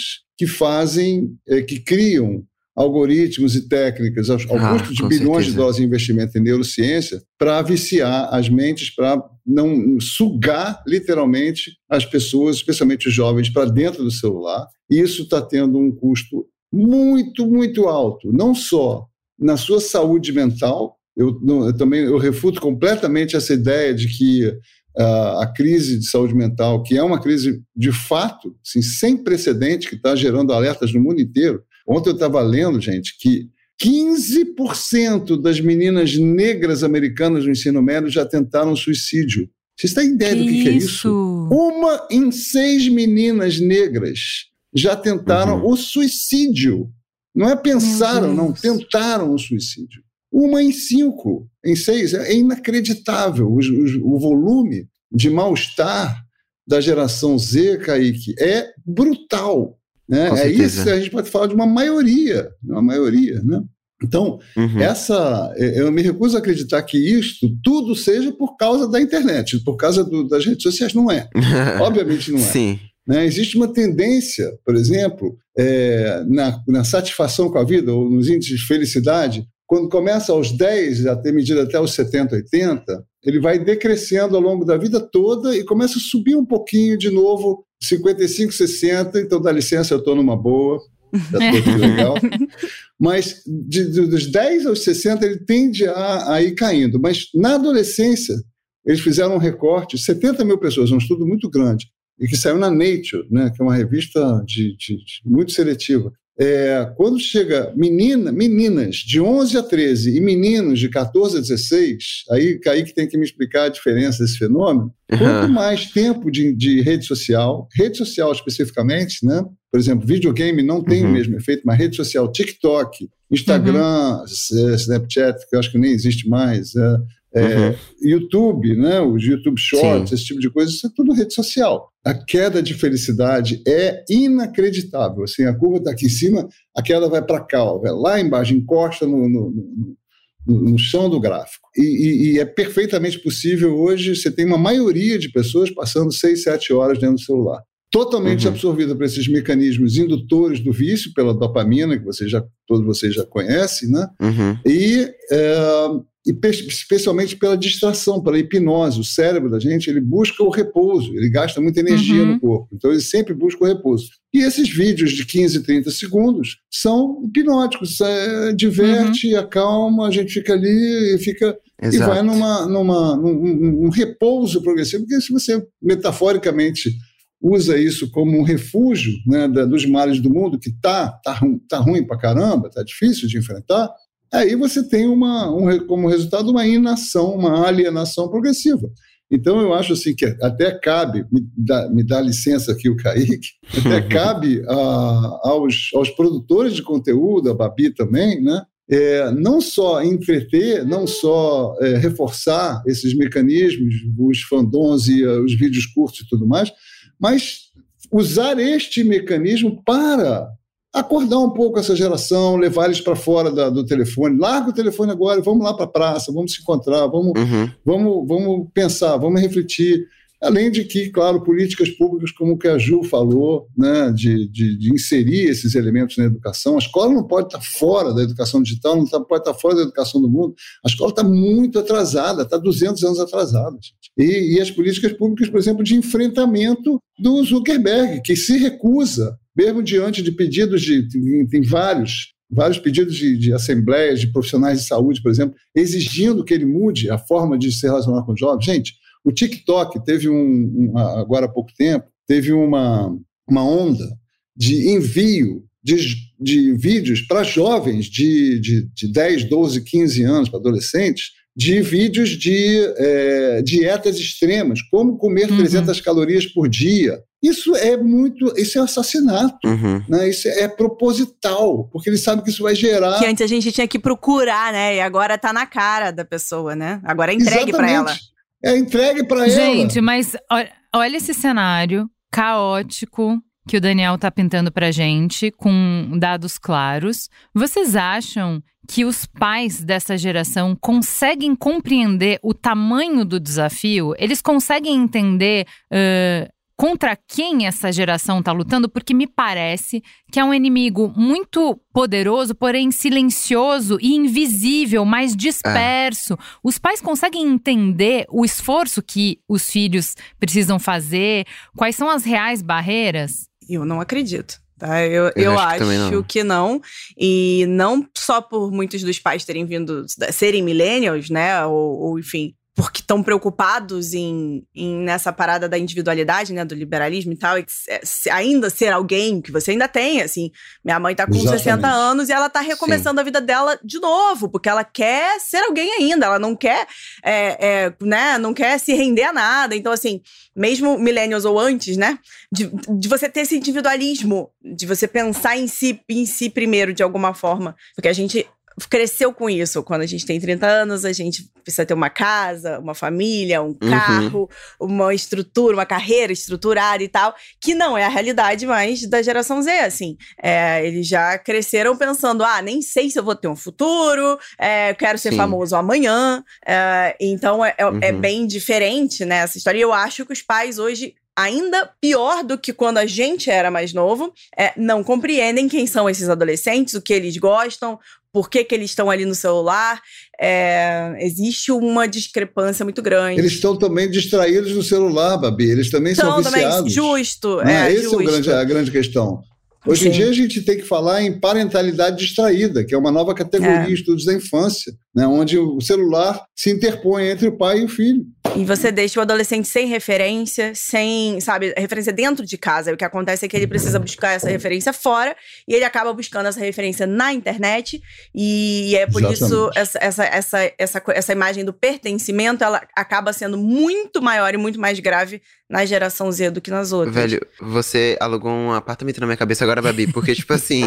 que criam algoritmos e técnicas ao custo de bilhões de dólares de investimento em neurociência para viciar as mentes, para não sugar literalmente as pessoas, especialmente os jovens, para dentro do celular. E isso está tendo um custo muito, muito alto, não só na sua saúde mental. Eu refuto completamente essa ideia de que a crise de saúde mental, que é uma crise de fato, assim, sem precedente, que está gerando alertas no mundo inteiro. Ontem eu estava lendo, gente, que 15% das meninas negras americanas no ensino médio já tentaram suicídio. Vocês têm ideia do que é isso? 1 em 6 meninas negras já tentaram o suicídio. Não é pensaram, não, tentaram o suicídio. 1 em 5, em 6, é inacreditável. O volume de mal-estar da geração Z, Kaique, é brutal. Né? É isso que a gente pode falar de uma maioria, né? Então, eu me recuso a acreditar que isto tudo seja por causa da internet, por causa das redes sociais. Não é. Obviamente não é. Sim. Né? Existe uma tendência, por exemplo, na satisfação com a vida, ou nos índices de felicidade, quando começa aos 10, a ter medida até os 70, 80, ele vai decrescendo ao longo da vida toda e começa a subir um pouquinho de novo, 55, 60, então dá licença, eu estou numa boa, já estou aqui legal. Mas dos 10 aos 60 ele tende a ir caindo. Mas na adolescência, eles fizeram um recorte, 70 mil pessoas, um estudo muito grande, e que saiu na Nature, né, que é uma revista muito seletiva. Quando chega meninas de 11 a 13 e meninos de 14 a 16, aí Kaique tem que me explicar a diferença desse fenômeno. Quanto mais tempo de rede social especificamente, né? Por exemplo, videogame não tem o mesmo efeito, mas rede social, TikTok, Instagram, Snapchat, que eu acho que nem existe mais, YouTube, né? Os YouTube Shorts, esse tipo de coisa, isso é tudo rede social. A queda de felicidade é inacreditável. Assim, a curva está aqui em cima, a queda vai para cá, vai lá embaixo, encosta no chão do gráfico. E é perfeitamente possível hoje, você tem uma maioria de pessoas passando 6, 7 horas dentro do celular. totalmente absorvida por esses mecanismos indutores do vício, pela dopamina, que todos vocês já conhecem, né? E especialmente pela distração, pela hipnose. O cérebro da gente, ele busca o repouso, ele gasta muita energia no corpo, então ele sempre busca o repouso. E esses vídeos de 15, 30 segundos são hipnóticos, diverte, acalma, a gente fica ali e vai num repouso progressivo, porque se você metaforicamente usa isso como um refúgio, né, dos males do mundo, que tá ruim pra caramba, tá difícil de enfrentar, aí você tem como resultado uma inação, uma alienação progressiva. Então eu acho assim que até cabe, me dá licença aqui o Kaique, até cabe aos produtores de conteúdo, a Babi também, né, não só entreter, não só reforçar esses mecanismos, os fandoms e os vídeos curtos e tudo mais, mas usar este mecanismo para acordar um pouco essa geração, levar eles para fora do telefone. Larga o telefone agora, vamos lá para a praça, vamos se encontrar, vamos pensar, vamos refletir. Além de que, claro, políticas públicas, como o que a Ju falou, né, de inserir esses elementos na educação. A escola não pode estar fora da educação digital, pode estar fora da educação do mundo. A escola está muito atrasada, está 200 anos atrasada. E as políticas públicas, por exemplo, de enfrentamento do Zuckerberg, que se recusa, mesmo diante de pedidos tem vários pedidos de assembleias, de profissionais de saúde, por exemplo, exigindo que ele mude a forma de se relacionar com os jovens. Gente, o TikTok teve agora há pouco tempo, teve uma onda de envio de vídeos para jovens de 10, 12, 15 anos, para adolescentes, de vídeos de dietas extremas, como comer 300 calorias por dia. Isso é assassinato, né? Isso é proposital, porque eles sabem que isso vai gerar... Que antes a gente tinha que procurar, né? E agora tá na cara da pessoa, né? Agora é entregue para ela. É entregue para ela. Gente, mas olha esse cenário caótico que o Daniel tá pintando pra gente, com dados claros. Vocês acham que os pais dessa geração conseguem compreender o tamanho do desafio? Eles conseguem entender contra quem essa geração está lutando? Porque me parece que é um inimigo muito poderoso, porém silencioso e invisível, mais disperso. Os pais conseguem entender o esforço que os filhos precisam fazer? Quais são as reais barreiras? Eu não acredito. Tá? Eu acho que não. E não só por muitos dos pais terem vindo serem millennials, né? Ou enfim, porque estão preocupados nessa parada da individualidade, né, do liberalismo e tal, e ainda ser alguém que você ainda tem, assim. Minha mãe tá com 60 anos e ela tá recomeçando a vida dela de novo, porque ela quer ser alguém ainda, ela não quer, né, não quer se render a nada. Então, assim, mesmo millennials ou antes, né, de você ter esse individualismo, de você pensar em si primeiro, de alguma forma, porque a gente cresceu com isso. Quando a gente tem 30 anos, a gente precisa ter uma casa, uma família, um carro, uma estrutura, uma carreira estruturada e tal, que não é a realidade mais da geração Z, assim. Eles já cresceram pensando, nem sei se eu vou ter um futuro, quero ser famoso amanhã. Então, é bem diferente, né, essa história. E eu acho que os pais hoje, ainda pior do que quando a gente era mais novo, não compreendem quem são esses adolescentes, o que eles gostam, por que eles estão ali no celular. Existe uma discrepância muito grande. Eles estão também distraídos no celular, Babi. Eles também são viciados. Também, justo. Esse é a grande questão. Hoje em dia a gente tem que falar em parentalidade distraída, que é uma nova categoria em estudos da infância, né, onde o celular se interpõe entre o pai e o filho. E você deixa o adolescente sem referência, sem, sabe, referência dentro de casa. E o que acontece é que ele precisa buscar essa referência fora, e ele acaba buscando essa referência na internet. E é por isso essa imagem do pertencimento, ela acaba sendo muito maior e muito mais grave na geração Z do que nas outras. Velho, você alugou um apartamento na minha cabeça agora, Babi, porque, tipo assim,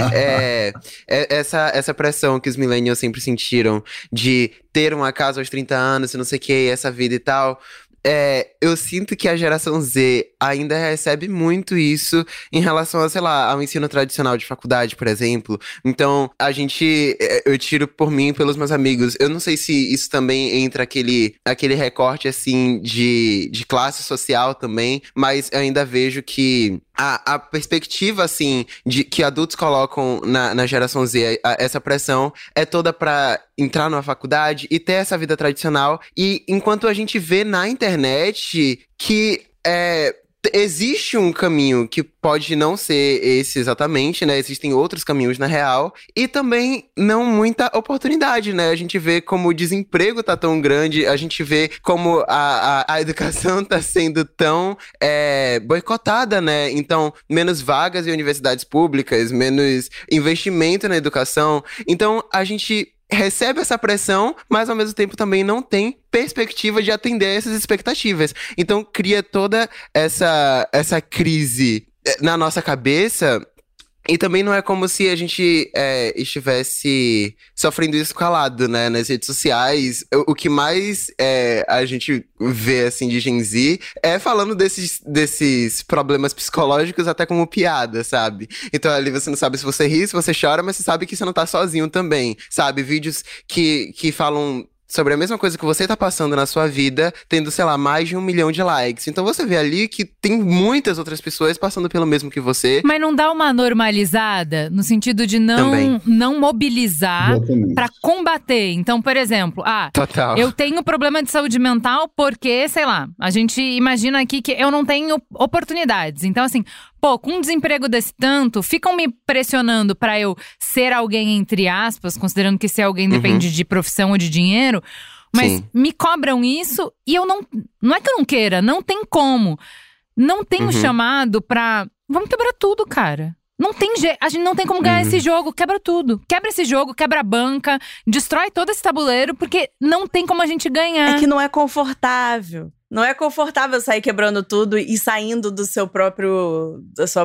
essa pressão que os millennials sempre sentiram de ter uma casa aos 30 anos e não sei o que, essa vida e tal, eu sinto que a geração Z ainda recebe muito isso em relação a, sei lá, ao ensino tradicional de faculdade, por exemplo. Então, eu tiro por mim e pelos meus amigos. Eu não sei se isso também entra aquele recorte, assim, de classe social também, mas eu ainda vejo que a perspectiva, assim, que adultos colocam na geração Z, essa pressão, é toda pra entrar numa faculdade e ter essa vida tradicional. E enquanto a gente vê na internet que existe um caminho que pode não ser esse exatamente, né? Existem outros caminhos na real. E também não muita oportunidade, né? A gente vê como o desemprego tá tão grande, a gente vê como a educação tá sendo tão boicotada, né? Então, menos vagas em universidades públicas, menos investimento na educação. Então, a gente recebe essa pressão, mas ao mesmo tempo também não tem perspectiva de atender essas expectativas. Então cria toda essa crise na nossa cabeça. E também não é como se a gente estivesse sofrendo isso calado, né? Nas redes sociais, o que mais a gente vê, assim, de Gen Z é falando desses problemas psicológicos até como piada, sabe? Então ali você não sabe se você ri, se você chora, mas você sabe que você não tá sozinho também, sabe? Vídeos que falam sobre a mesma coisa que você tá passando na sua vida, tendo, sei lá, mais de 1 milhão de likes. Então você vê ali que tem muitas outras pessoas passando pelo mesmo que você. Mas não dá uma normalizada, no sentido de não mobilizar pra combater. Então, por exemplo, Total. Eu tenho problema de saúde mental porque, sei lá, a gente imagina aqui que eu não tenho oportunidades. Então, assim, com um desemprego desse tanto, ficam me pressionando pra eu ser alguém, entre aspas, considerando que ser alguém depende de profissão ou de dinheiro, mas Sim. me cobram isso e eu não é que eu não queira, não tem como. Não tem um chamado pra… Vamos quebrar tudo, cara. Não tem a gente não tem como ganhar esse jogo, quebra tudo. Quebra esse jogo, quebra a banca, destrói todo esse tabuleiro, porque não tem como a gente ganhar. É que não é confortável. Não é confortável sair quebrando tudo e saindo do seu próprio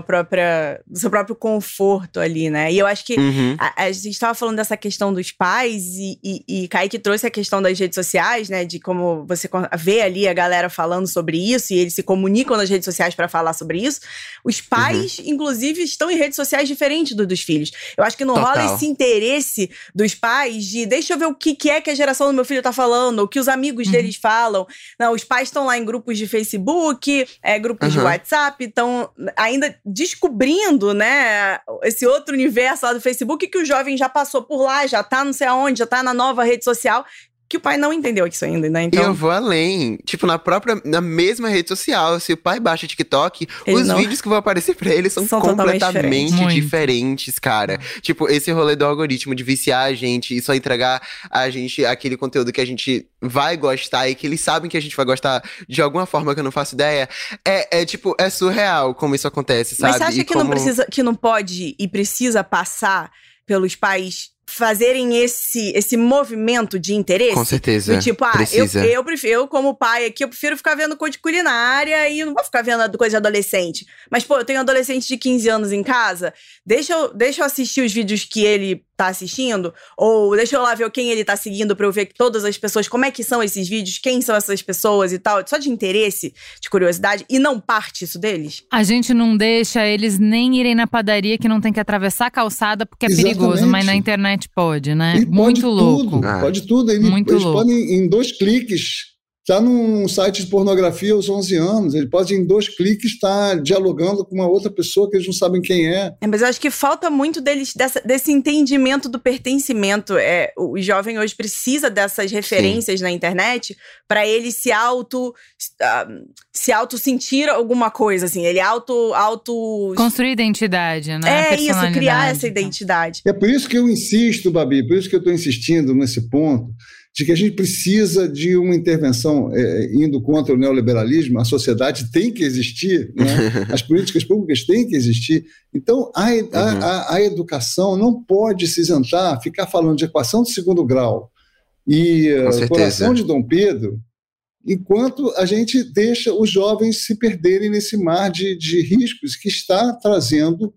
conforto ali, né? E eu acho que a gente estava falando dessa questão dos pais e Kaique trouxe a questão das redes sociais, né? De como você vê ali a galera falando sobre isso e eles se comunicam nas redes sociais para falar sobre isso. Os pais, inclusive, estão em redes sociais diferentes dos filhos. Eu acho que não rola esse interesse dos pais de deixa eu ver o que é que a geração do meu filho tá falando, o que os amigos deles falam. Não, os pais estão lá em grupos de Facebook, grupos de WhatsApp, estão ainda descobrindo, né, esse outro universo lá do Facebook que o jovem já passou por lá, já tá não sei aonde, já tá na nova rede social, que o pai não entendeu isso ainda, né? Então… E eu vou além. Tipo, na mesma rede social, se o pai baixa TikTok, os vídeos que vão aparecer pra ele são completamente diferentes, cara. Tipo, esse rolê do algoritmo de viciar a gente e só entregar a gente aquele conteúdo que a gente vai gostar e que eles sabem que a gente vai gostar de alguma forma que eu não faço ideia. Tipo, é surreal como isso acontece, sabe? Mas você acha que não pode e precisa passar pelos pais fazerem esse movimento de interesse? Com certeza. Do tipo, eu como pai aqui, eu prefiro ficar vendo coisa de culinária e eu não vou ficar vendo coisa de adolescente. Mas, eu tenho um adolescente de 15 anos em casa, deixa eu assistir os vídeos que ele tá assistindo, ou deixa eu lá ver quem ele tá seguindo pra eu ver todas as pessoas, como é que são esses vídeos, quem são essas pessoas e tal, só de interesse, de curiosidade, e não parte isso deles? A gente não deixa eles nem irem na padaria que não tem que atravessar a calçada porque é perigoso, mas na internet pode, né? E muito louco. Pode tudo. Eles podem, em 2 cliques, estar num site de pornografia aos 11 anos. Ele pode, em 2 cliques, estar dialogando com uma outra pessoa que eles não sabem quem é. Mas eu acho que falta muito deles desse entendimento do pertencimento. O jovem hoje precisa dessas referências na internet para ele se auto sentir alguma coisa, assim. Ele construir identidade, né? Isso, criar essa identidade. É por isso que eu insisto, Babi, por isso que eu estou insistindo nesse ponto, de que a gente precisa de uma intervenção indo contra o neoliberalismo. A sociedade tem que existir, né? As políticas públicas têm que existir. Então, a educação não pode se isentar, ficar falando de equação de segundo grau e coração de Dom Pedro, enquanto a gente deixa os jovens se perderem nesse mar de riscos que está trazendo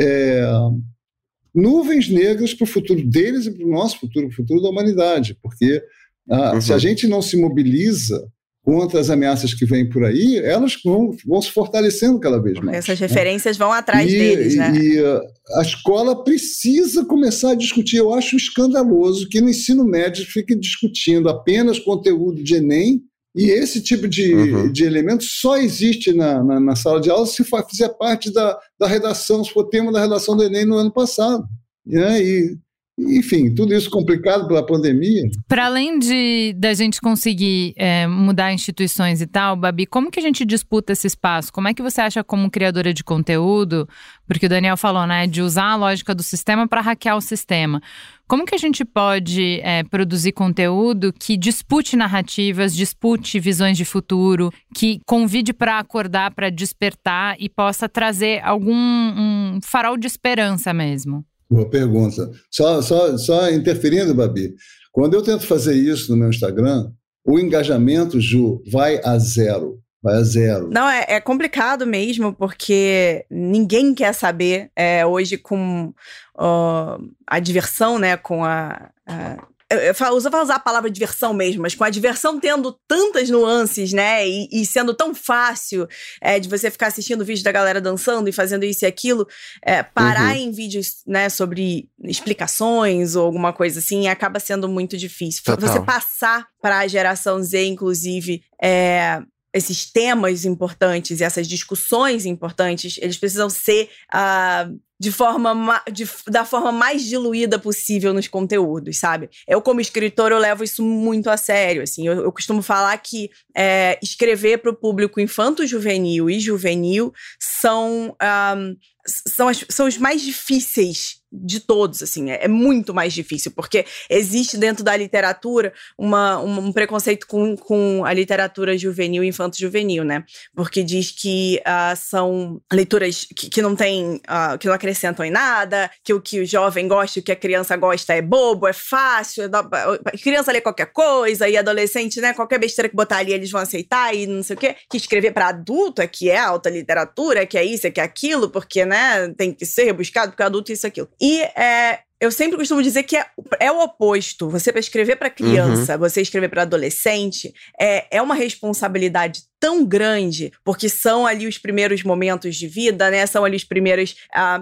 nuvens negras para o futuro deles e para o nosso futuro, o futuro da humanidade, porque se a gente não se mobiliza contra as ameaças que vêm por aí, elas vão se fortalecendo cada vez mais. Essas referências vão atrás deles, né? E a escola precisa começar a discutir. Eu acho escandaloso que no ensino médio fique discutindo apenas conteúdo de Enem, e esse tipo de elemento só existe na sala de aula se fizer parte da redação, se for tema da redação do Enem no ano passado. Né? Enfim, tudo isso complicado pela pandemia. Para além da gente conseguir mudar instituições e tal, Babi, como que a gente disputa esse espaço? Como é que você acha, como criadora de conteúdo, porque o Daniel falou, né, de usar a lógica do sistema para hackear o sistema. Como que a gente pode produzir conteúdo que dispute narrativas, dispute visões de futuro, que convide para acordar, para despertar e possa trazer um farol de esperança mesmo? Boa pergunta. Só interferindo, Babi, quando eu tento fazer isso no meu Instagram, o engajamento, Ju, vai a zero. Vai a zero. Não, é complicado mesmo, porque ninguém quer saber hoje com a diversão, né, com eu vou usar a palavra diversão mesmo, mas com a diversão tendo tantas nuances, né, e sendo tão fácil de você ficar assistindo vídeo da galera dançando e fazendo isso e aquilo, parar em vídeos, né, sobre explicações ou alguma coisa assim, acaba sendo muito difícil. Total. Você passar para a geração Z, inclusive, esses temas importantes e essas discussões importantes, eles precisam ser da forma mais diluída possível nos conteúdos, sabe? Eu, como escritor, eu levo isso muito a sério, assim. Eu costumo falar que escrever para o público infanto-juvenil e juvenil são os mais difíceis de todos, assim, é muito mais difícil, porque existe dentro da literatura um preconceito com a literatura juvenil e infanto-juvenil, né? Porque diz que são leituras que não tem, que não acrescentam em nada, que o que o jovem gosta, o que a criança gosta é bobo, é fácil, a criança lê qualquer coisa, e adolescente, né, qualquer besteira que botar ali eles vão aceitar e não sei o quê, que escrever para adulto é que é alta literatura, que é isso, é que é aquilo, porque, né, tem que ser rebuscado, porque adulto é isso, aquilo. E eu sempre costumo dizer que é o oposto. Você, para escrever para criança, você escrever para adolescente, é uma responsabilidade tão grande, porque são ali os primeiros momentos de vida, né? São ali os primeiros...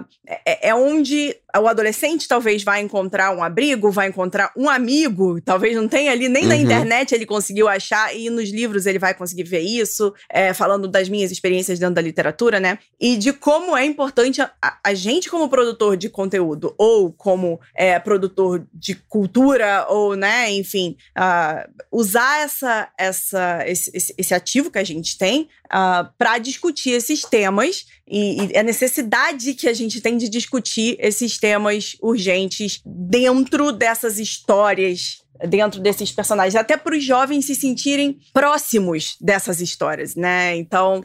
onde o adolescente talvez vai encontrar um abrigo, vai encontrar um amigo, talvez não tenha ali, nem na internet ele conseguiu achar, e nos livros ele vai conseguir ver isso, falando das minhas experiências dentro da literatura, né? E de como é importante a gente, como produtor de conteúdo, ou como produtor de cultura, ou, né, enfim, usar esse ativo que a gente tem para discutir esses temas e a necessidade que a gente tem de discutir esses temas urgentes dentro dessas histórias, dentro desses personagens, até para os jovens se sentirem próximos dessas histórias, né? Então,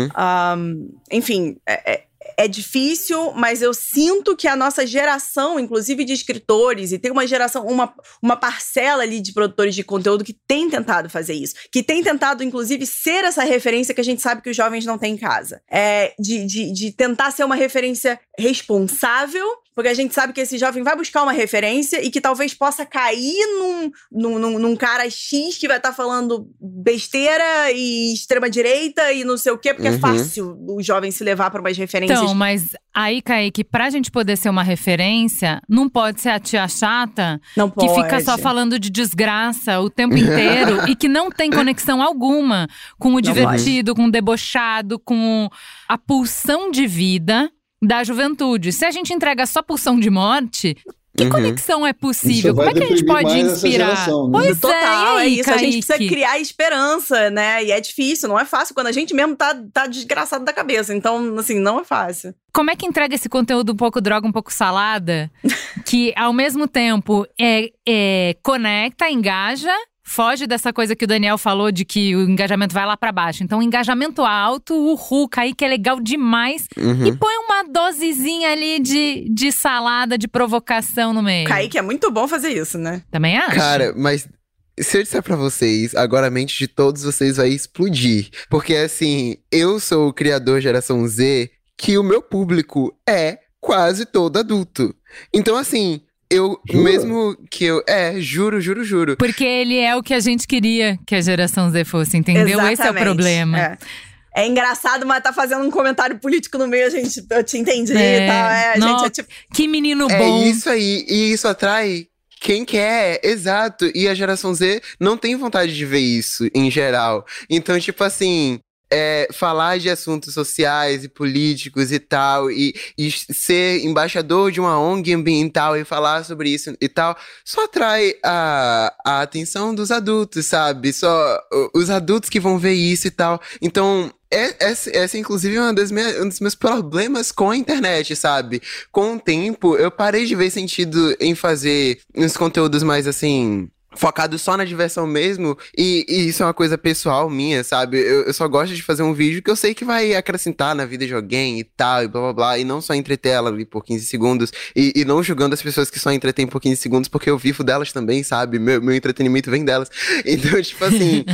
enfim, é difícil, mas eu sinto que a nossa geração, inclusive de escritores, e tem uma geração, uma parcela ali de produtores de conteúdo que tem tentado fazer isso, que tem tentado, inclusive, ser essa referência que a gente sabe que os jovens não têm em casa. De tentar ser uma referência responsável, porque a gente sabe que esse jovem vai buscar uma referência e que talvez possa cair num cara X que vai estar falando besteira e extrema-direita e não sei o quê, porque é fácil o jovem se levar para umas referências. Então, mas aí, Kaique, pra gente poder ser uma referência, não pode ser a tia chata que fica só falando de desgraça o tempo inteiro e que não tem conexão alguma com o divertido, com o debochado, com a pulsão de vida da juventude. Se a gente entrega só pulsão de morte, que conexão é possível? Como é que a gente pode inspirar? Geração, né? Pois total, aí, isso. Kaique? A gente precisa criar esperança, né? E é difícil, não é fácil quando a gente mesmo tá desgraçado da cabeça. Então, assim, não é fácil. Como é que entrega esse conteúdo um pouco droga, um pouco salada? Que, ao mesmo tempo, conecta, engaja, foge dessa coisa que o Daniel falou de que o engajamento vai lá pra baixo. Então, engajamento alto, Kaique é legal demais. E põe uma dosezinha ali de salada, de provocação no meio. Kaique é muito bom fazer isso, né? Também acho. Cara, mas se eu disser pra vocês, agora a mente de todos vocês vai explodir. Porque, assim, eu sou o criador geração Z, que o meu público é quase todo adulto. Então, assim, mesmo que eu... juro. Porque ele é o que a gente queria que a geração Z fosse, entendeu? Exatamente. Esse é o problema. É engraçado, mas tá fazendo um comentário político no meio, eu te entendi e tal. Nossa, gente, tipo... que menino bom. É isso aí, e isso atrai quem quer, exato. E a geração Z não tem vontade de ver isso, em geral. Então, tipo assim... falar de assuntos sociais e políticos e tal, e ser embaixador de uma ONG ambiental e falar sobre isso e tal, só atrai a atenção dos adultos, sabe? Só os adultos que vão ver isso e tal. Então, essa inclusive, é um dos meus problemas com a internet, sabe? Com o tempo, eu parei de ver sentido em fazer uns conteúdos mais, assim... focado só na diversão mesmo, e isso é uma coisa pessoal minha, sabe? Eu só gosto de fazer um vídeo que eu sei que vai acrescentar na vida de alguém e tal, e blá blá blá, e não só entreter ela ali por 15 segundos, e não julgando as pessoas que só entretêm por 15 segundos, porque eu vivo delas também, sabe? Meu entretenimento vem delas. Então, tipo assim,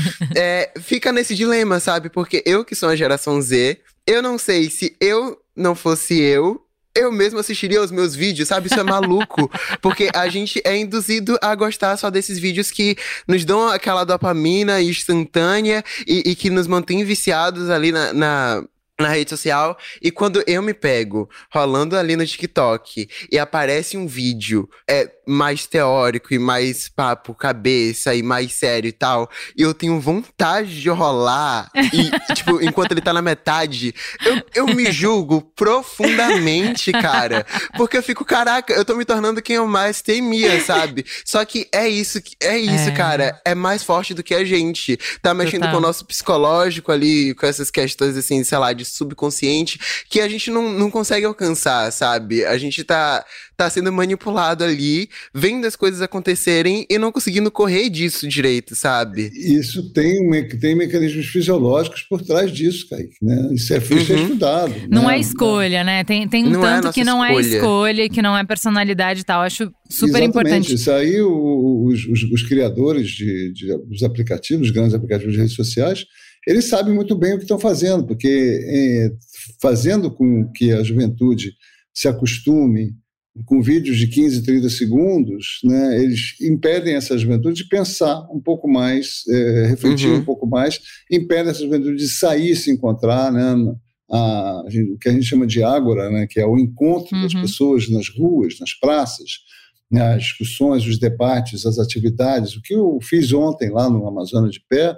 fica nesse dilema, sabe? Porque eu que sou a geração Z, eu não sei se eu não fosse eu mesmo assistiria os meus vídeos, sabe? Isso é maluco. Porque a gente é induzido a gostar só desses vídeos que nos dão aquela dopamina instantânea e que nos mantém viciados ali na rede social. E quando eu me pego rolando ali no TikTok e aparece um vídeo mais teórico e mais papo cabeça e mais sério e tal, e eu tenho vontade de rolar e, tipo, enquanto ele tá na metade, eu me julgo profundamente, cara. Porque eu fico, caraca, eu tô me tornando quem eu mais temia, sabe? Só que é isso, cara. É mais forte do que a gente. Tá mexendo com o nosso psicológico ali, com essas questões, assim, sei lá, de subconsciente, que a gente não consegue alcançar, sabe? A gente tá sendo manipulado ali, vendo as coisas acontecerem e não conseguindo correr disso direito, sabe? Isso tem mecanismos fisiológicos por trás disso, Kaique, né? Isso é estudado. Não né? é escolha, né? Tem um tanto que não é escolha, que não é personalidade e tal. Acho super importante. Isso aí, os criadores dos aplicativos, os grandes aplicativos de redes sociais, eles sabem muito bem o que estão fazendo, porque fazendo com que a juventude se acostume com vídeos de 15, 30 segundos, né, eles impedem essa juventude de pensar um pouco mais, refletir um pouco mais, impedem essa juventude de sair, se encontrar, né, o que a gente chama de ágora, né, que é o encontro das pessoas nas ruas, nas praças, né, as discussões, os debates, as atividades. O que eu fiz ontem lá no Amazonas de Pé,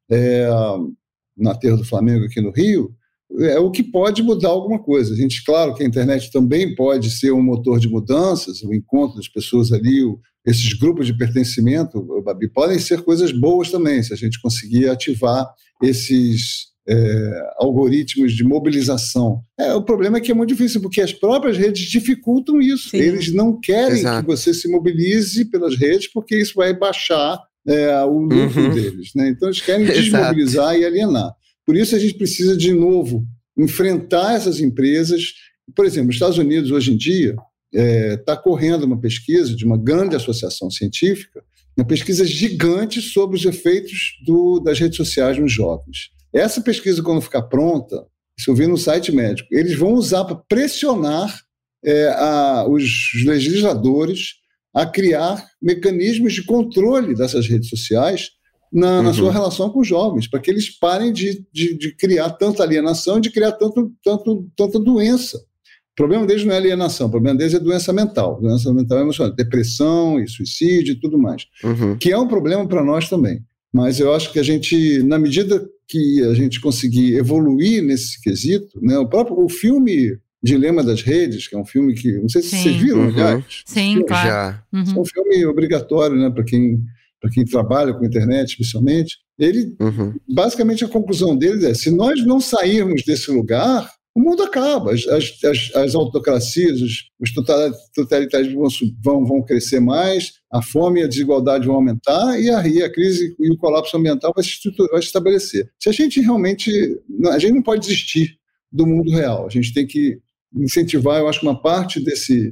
no Aterro do Flamengo aqui no Rio, é o que pode mudar alguma coisa. Claro que a internet também pode ser um motor de mudanças, o encontro das pessoas ali, esses grupos de pertencimento, Babi, podem ser coisas boas também, se a gente conseguir ativar esses algoritmos de mobilização. O problema é que é muito difícil, porque as próprias redes dificultam isso. Sim. Eles não querem que você se mobilize pelas redes, porque isso vai baixar o lucro deles, né? Então eles querem desmobilizar e alienar. Por isso a gente precisa, de novo, enfrentar essas empresas. Por exemplo, os Estados Unidos, hoje em dia, está correndo uma pesquisa de uma grande associação científica, uma pesquisa gigante sobre os efeitos das redes sociais nos jovens. Essa pesquisa, quando ficar pronta, se eu vi no site médico, eles vão usar para pressionar os legisladores a criar mecanismos de controle dessas redes sociais na sua relação com os jovens, para que eles parem de criar tanta alienação e de criar tanta doença. O problema deles não é alienação, o problema deles é doença mental emocional, depressão e suicídio e tudo mais, que é um problema para nós também. Mas eu acho que a gente, na medida que a gente conseguir evoluir nesse quesito, né, o filme Dilema das Redes, que é um filme que, não sei se vocês viram, aliás. Sim, claro. É um filme obrigatório, né, para quem trabalha com internet, especialmente. Ele, basicamente, a conclusão dele é: se nós não sairmos desse lugar, o mundo acaba. As autocracias, os totalitarismos vão crescer mais, a fome e a desigualdade vão aumentar e a crise e o colapso ambiental vai se estabelecer. Se a gente realmente... A gente não pode desistir do mundo real. A gente tem que incentivar, eu acho que uma parte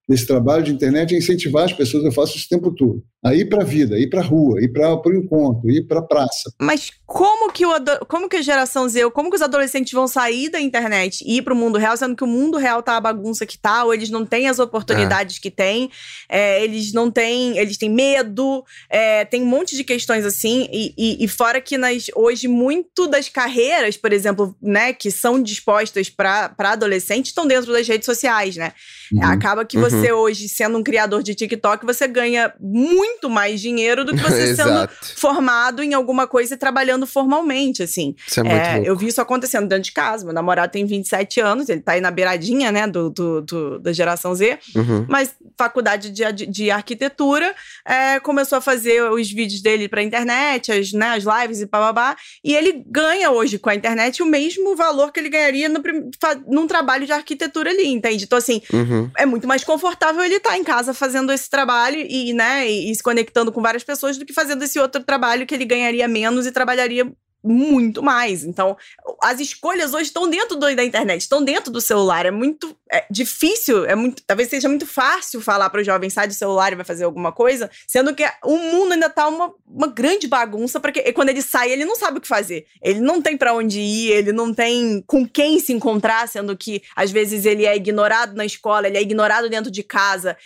desse trabalho de internet é incentivar as pessoas, eu faço isso o tempo todo, a ir para a vida, ir para a rua, ir para o encontro, ir para a praça. Mas como que a geração Z, como que os adolescentes vão sair da internet e ir para o mundo real, sendo que o mundo real tá a bagunça que tá, ou eles não têm as oportunidades que têm, eles têm medo, tem um monte de questões assim, e fora que hoje muito das carreiras, por exemplo, né, que são dispostas para adolescentes, estão dentro das redes sociais, né? Acaba que você hoje, sendo um criador de TikTok, você ganha muito mais dinheiro do que você sendo formado em alguma coisa e trabalhando formalmente, assim. Isso é muito louco. Eu vi isso acontecendo dentro de casa. Meu namorado tem 27 anos, ele tá aí na beiradinha, né, da geração Z, mas faculdade de arquitetura, começou a fazer os vídeos dele pra internet, as lives e bababá, e ele ganha hoje com a internet o mesmo valor que ele ganharia num trabalho de arquitetura ali, entende? Então, assim, é muito mais confortável ele estar em casa fazendo esse trabalho e se conectando com várias pessoas do que fazendo esse outro trabalho que ele ganharia menos e trabalharia muito mais. Então, as escolhas hoje estão dentro da internet, estão dentro do celular. É muito difícil, talvez seja muito fácil falar para o jovem, sai do celular e vai fazer alguma coisa, sendo que o mundo ainda tá uma grande bagunça, porque quando ele sai, ele não sabe o que fazer. Ele não tem para onde ir, ele não tem com quem se encontrar, sendo que, às vezes, ele é ignorado na escola, ele é ignorado dentro de casa,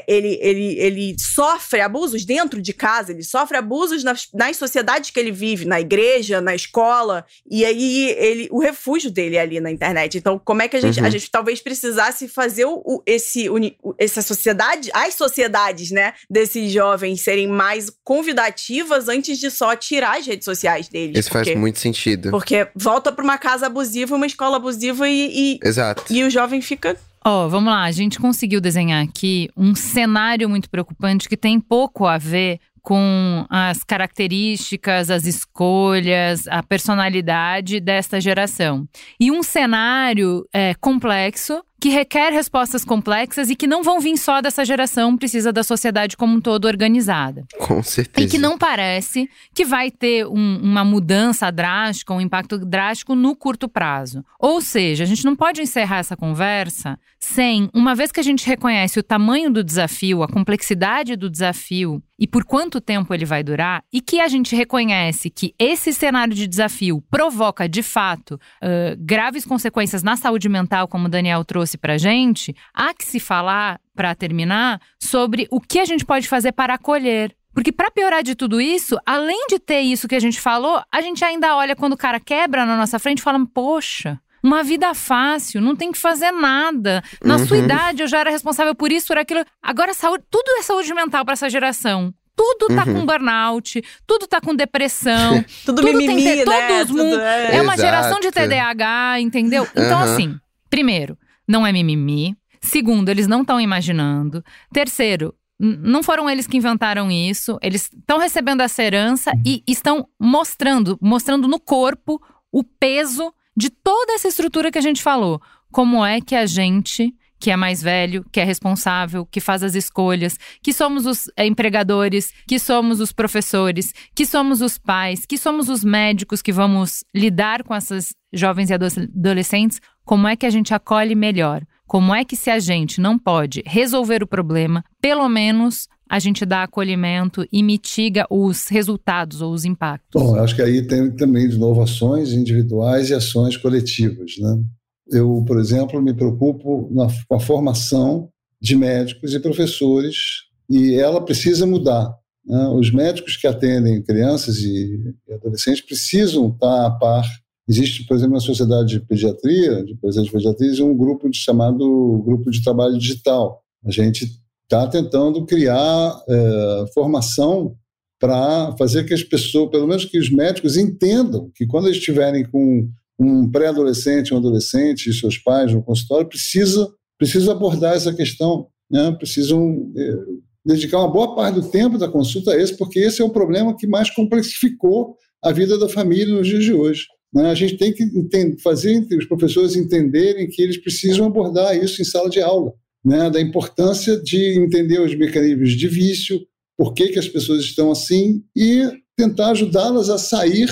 ele sofre abusos dentro de casa, ele sofre abusos nas sociedades que ele vive, na igreja, na escola, e aí o refúgio dele é ali na internet. Então, como é que a gente talvez precisasse fazer essa sociedade, as sociedades, né, desses jovens serem mais convidativas antes de só tirar as redes sociais deles. Isso faz muito sentido. Porque volta pra uma casa abusiva, uma escola abusiva Exato. E o jovem fica... Vamos lá, a gente conseguiu desenhar aqui um cenário muito preocupante que tem pouco a ver com as características, as escolhas, a personalidade desta geração. E um cenário complexo, que requer respostas complexas e que não vão vir só dessa geração, precisa da sociedade como um todo organizada. Com certeza. E que não parece que vai ter uma mudança drástica, um impacto drástico no curto prazo. Ou seja, a gente não pode encerrar essa conversa sem, uma vez que a gente reconhece o tamanho do desafio, a complexidade do desafio e por quanto tempo ele vai durar, e que a gente reconhece que esse cenário de desafio provoca, de fato, graves consequências na saúde mental, como o Daniel trouxe pra gente, há que se falar, para terminar, sobre o que a gente pode fazer para acolher. Porque para piorar de tudo isso, além de ter isso que a gente falou, a gente ainda olha quando o cara quebra na nossa frente e fala, poxa, uma vida fácil, não tem que fazer nada. Na sua idade eu já era responsável por isso, por aquilo. Agora tudo é saúde mental para essa geração. Tudo tá com burnout, tudo tá com depressão. tudo mimimi, tem, né? É uma geração de TDAH, entendeu? Então assim, primeiro, não é mimimi. Segundo, eles não estão imaginando. Terceiro, não foram eles que inventaram isso. Eles estão recebendo essa herança e estão mostrando no corpo o peso de toda essa estrutura que a gente falou. Como é que a gente, que é mais velho, que é responsável, que faz as escolhas, que somos os empregadores, que somos os professores, que somos os pais, que somos os médicos que vamos lidar com essas jovens e adolescentes, como é que a gente acolhe melhor? Como é que, se a gente não pode resolver o problema, pelo menos a gente dá acolhimento e mitiga os resultados ou os impactos? Bom, acho que aí tem também, de novo, ações individuais e ações coletivas, né? Eu, por exemplo, me preocupo com a formação de médicos e professores, e ela precisa mudar, né? Os médicos que atendem crianças e adolescentes precisam estar a par. Existe, por exemplo, na Sociedade de Pediatria, um grupo chamado Grupo de Trabalho Digital. A gente está tentando criar formação para fazer que as pessoas, pelo menos que os médicos, entendam que quando eles estiverem com um pré-adolescente, um adolescente e seus pais no consultório, precisa abordar essa questão, né? Precisam dedicar uma boa parte do tempo da consulta a esse, porque esse é o problema que mais complexificou a vida da família nos dias de hoje. A gente tem que fazer os professores entenderem que eles precisam abordar isso em sala de aula, né? Da importância de entender os mecanismos de vício, por que as pessoas estão assim, e tentar ajudá-las a sair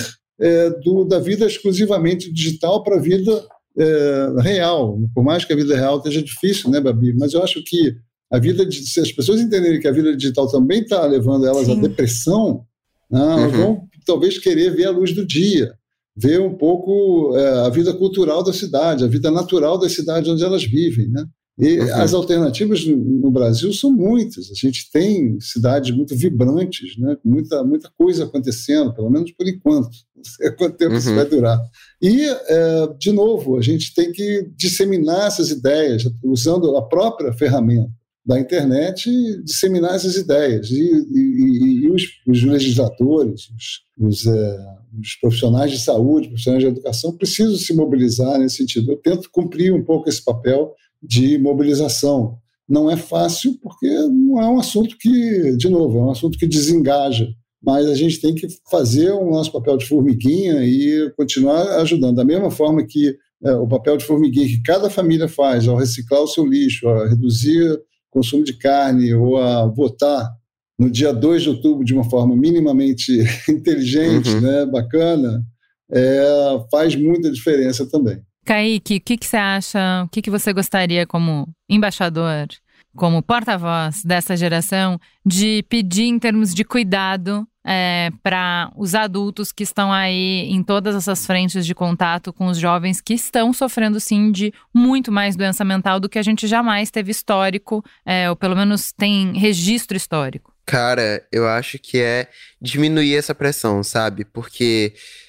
da vida exclusivamente digital para a vida real. Por mais que a vida real esteja difícil, né, Babi? Mas eu acho que Se as pessoas entenderem que a vida digital também está levando elas à depressão, elas vão talvez querer ver a luz do dia, ver um pouco a vida cultural da cidade, a vida natural da cidade onde elas vivem, né? E as alternativas no Brasil são muitas. A gente tem cidades muito vibrantes, né? Muita coisa acontecendo, pelo menos por enquanto. Não sei quanto tempo isso vai durar. E, de novo, a gente tem que disseminar essas ideias, usando a própria ferramenta da internet, disseminar essas ideias. E os legisladores, os profissionais de saúde, profissionais de educação, precisam se mobilizar nesse sentido. Eu tento cumprir um pouco esse papel de mobilização. Não é fácil, porque não é um assunto que, de novo, é um assunto que desengaja, mas a gente tem que fazer o nosso papel de formiguinha e continuar ajudando. Da mesma forma que o papel de formiguinha que cada família faz ao reciclar o seu lixo, a reduzir o consumo de carne ou a votar no dia 2 de outubro de uma forma minimamente inteligente, né, bacana, faz muita diferença também. Kaique, o que você acha, o que você gostaria como embaixador, como porta-voz dessa geração, de pedir em termos de cuidado para os adultos que estão aí em todas essas frentes de contato com os jovens que estão sofrendo, sim, de muito mais doença mental do que a gente jamais teve histórico, ou pelo menos tem registro histórico? Cara, eu acho que é diminuir essa pressão, sabe? Porque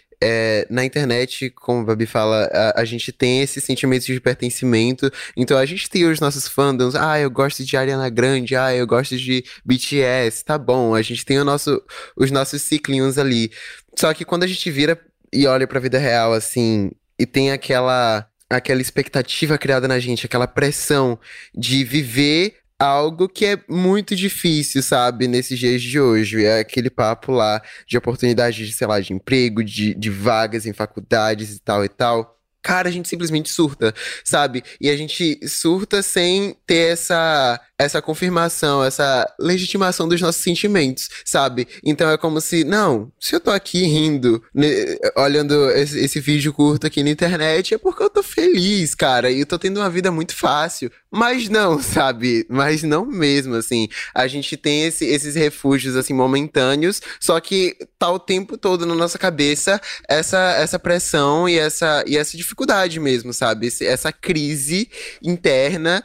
na internet, como a Babi fala, a gente tem esse sentimento de pertencimento. Então a gente tem os nossos fandoms. Eu gosto de Ariana Grande. Eu gosto de BTS. Tá bom, a gente tem os nossos ciclinhos ali. Só que quando a gente vira e olha pra vida real, assim, e tem aquela expectativa criada na gente, aquela pressão de viver algo que é muito difícil, sabe, nesses dias de hoje. É aquele papo lá de oportunidade de, sei lá, de emprego, de vagas em faculdades e tal. Cara, a gente simplesmente surta, sabe? E a gente surta sem ter essa confirmação, essa legitimação dos nossos sentimentos, sabe? Então é como se, não, se eu tô aqui rindo, olhando esse vídeo curto aqui na internet, é porque eu tô feliz, cara, e eu tô tendo uma vida muito fácil. Mas não, sabe? Mas não mesmo, assim. A gente tem esses refúgios, assim, momentâneos, só que tá o tempo todo na nossa cabeça essa pressão e essa dificuldade mesmo, sabe? Essa crise interna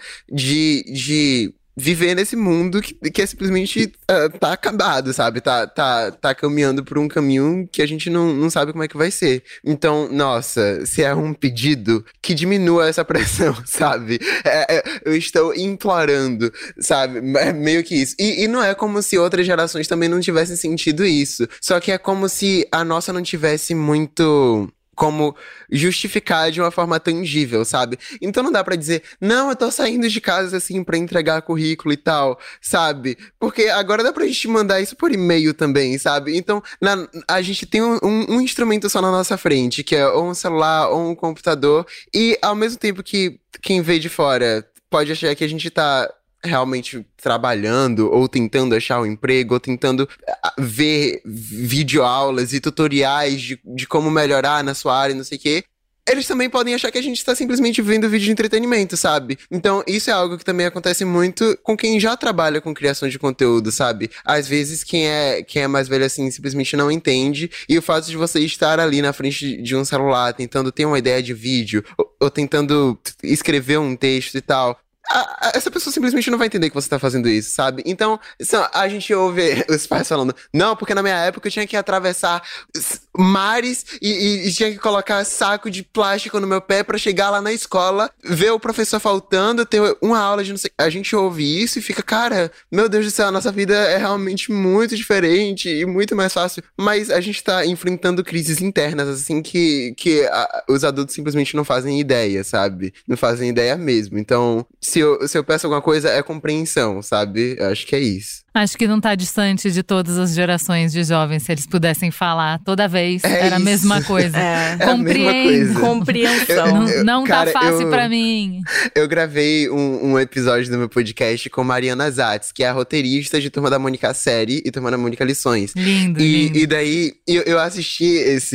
de viver nesse mundo que é simplesmente tá acabado, sabe? Tá caminhando por um caminho que a gente não sabe como é que vai ser. Então, nossa, se é um pedido que diminua essa pressão, sabe? Eu estou implorando, sabe? É meio que isso. E não é como se outras gerações também não tivessem sentido isso. Só que é como se a nossa não tivesse muito como justificar de uma forma tangível, sabe? Então não dá pra dizer, não, eu tô saindo de casa, assim, pra entregar currículo e tal, sabe? Porque agora dá pra gente mandar isso por e-mail também, sabe? Então, a gente tem um instrumento só na nossa frente, que é ou um celular ou um computador, e ao mesmo tempo que quem vê de fora pode achar que a gente tá realmente trabalhando, ou tentando achar um emprego, ou tentando ver videoaulas e tutoriais de como melhorar na sua área, não sei o quê, eles também podem achar que a gente tá simplesmente vendo vídeo de entretenimento, sabe? Então, isso é algo que também acontece muito com quem já trabalha com criação de conteúdo, sabe? Às vezes, quem é mais velho, assim, simplesmente não entende, e o fato de você estar ali na frente de um celular, tentando ter uma ideia de vídeo, ou tentando escrever um texto e tal, essa pessoa simplesmente não vai entender que você tá fazendo isso, sabe? Então, a gente ouve os pais falando, não, porque na minha época eu tinha que atravessar mares e tinha que colocar saco de plástico no meu pé pra chegar lá na escola, ver o professor faltando, ter uma aula de não sei... A gente ouve isso e fica, cara, meu Deus do céu, a nossa vida é realmente muito diferente e muito mais fácil, mas a gente tá enfrentando crises internas, assim, que os adultos simplesmente não fazem ideia, sabe? Não fazem ideia mesmo. Então, se eu peço alguma coisa, é compreensão, sabe? Eu acho que é isso. Acho que não tá distante de todas as gerações de jovens, se eles pudessem falar toda vez inglês era a mesma coisa. Compreendo. Compreensão. Não tá fácil pra mim. Eu gravei um episódio do meu podcast com Mariana Zatz, que é a roteirista de Turma da Mônica Série e Turma da Mônica Lições. Lindo. E daí eu assisti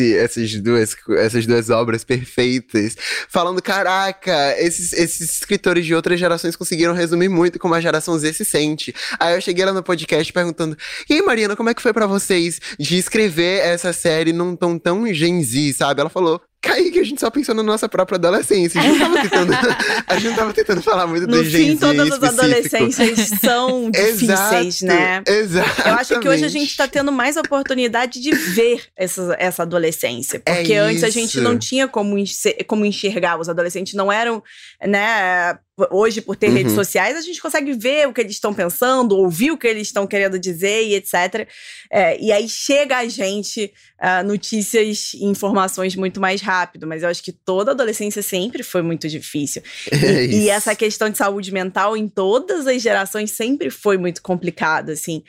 essas duas obras perfeitas, falando, caraca, esses escritores de outras gerações conseguiram resumir muito como a geração Z se sente. Aí eu cheguei lá no podcast perguntando, e aí, Mariana, como é que foi pra vocês de escrever essa série num tom tão Gen Z, sabe? Ela falou, Kaique, a gente só pensou na nossa própria adolescência. A gente não tava tentando falar muito do Gen Z. No fim, todas as adolescências são difíceis, né? Exato. Eu acho que hoje a gente tá tendo mais oportunidade de ver essa adolescência. Porque antes a gente não tinha como enxergar. Os adolescentes não eram, né? Hoje, por ter redes sociais, a gente consegue ver o que eles estão pensando, ouvir o que eles estão querendo dizer e etc. E aí chega a gente notícias e informações muito mais rápido. Mas eu acho que toda adolescência sempre foi muito difícil. E essa questão de saúde mental em todas as gerações sempre foi muito complicada, assim.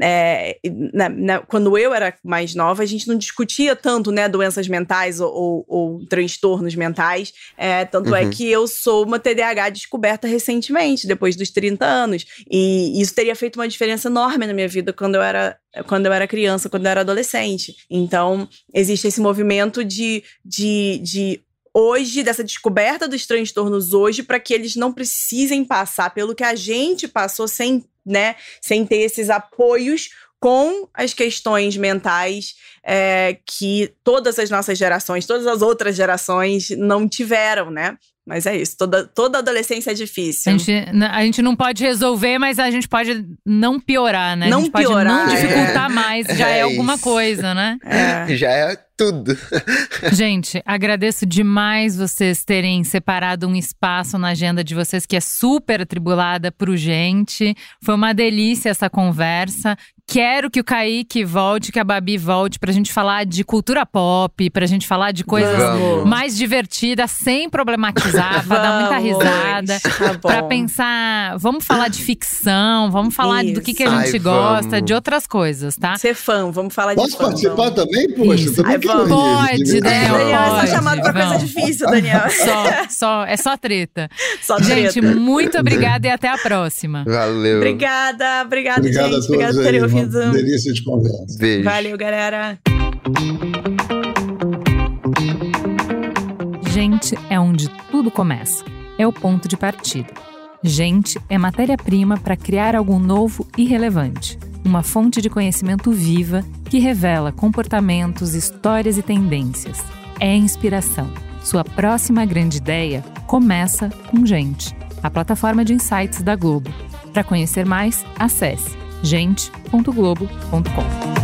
Quando eu era mais nova, a gente não discutia tanto, né, doenças mentais ou transtornos mentais. Tanto é que eu sou uma TDAH descoberta recentemente, depois dos 30 anos. E isso teria feito uma diferença enorme na minha vida quando eu era criança, quando eu era adolescente. Então, existe esse movimento de hoje, dessa descoberta dos transtornos hoje, para que eles não precisem passar pelo que a gente passou sem ter esses apoios com as questões mentais que todas as nossas gerações, todas as outras gerações não tiveram, né? Mas é isso, toda adolescência é difícil. A gente não pode resolver, mas a gente pode não piorar, né? Não a gente piorar, pode não dificultar mais, já é alguma coisa, né? Já é tudo. Gente, agradeço demais vocês terem separado um espaço na agenda de vocês que é super atribulada por gente. Foi uma delícia essa conversa. Quero que o Kaique volte, que a Babi volte pra gente falar de cultura pop, pra gente falar de coisas mais divertidas, sem problematizar, pra dar muita risada, pra pensar, vamos falar de ficção, vamos falar do que a gente gosta, de outras coisas, tá? Ser fã, vamos falar de Posso participar também, poxa? Também pode, Daniel. Daniel, é só chamado pra coisa difícil, Daniel. É só treta. Gente, treta. Muito obrigada e até a próxima. Valeu. Obrigada, gente. A todos. Obrigada por terem ouvido. Delícia de conversa. Beijo. Valeu, galera. Gente é onde tudo começa. É o ponto de partida. Gente é matéria-prima para criar algo novo e relevante. Uma fonte de conhecimento viva que revela comportamentos, histórias e tendências. É inspiração. Sua próxima grande ideia começa com Gente, a plataforma de insights da Globo. Para conhecer mais, acesse gente.globo.com.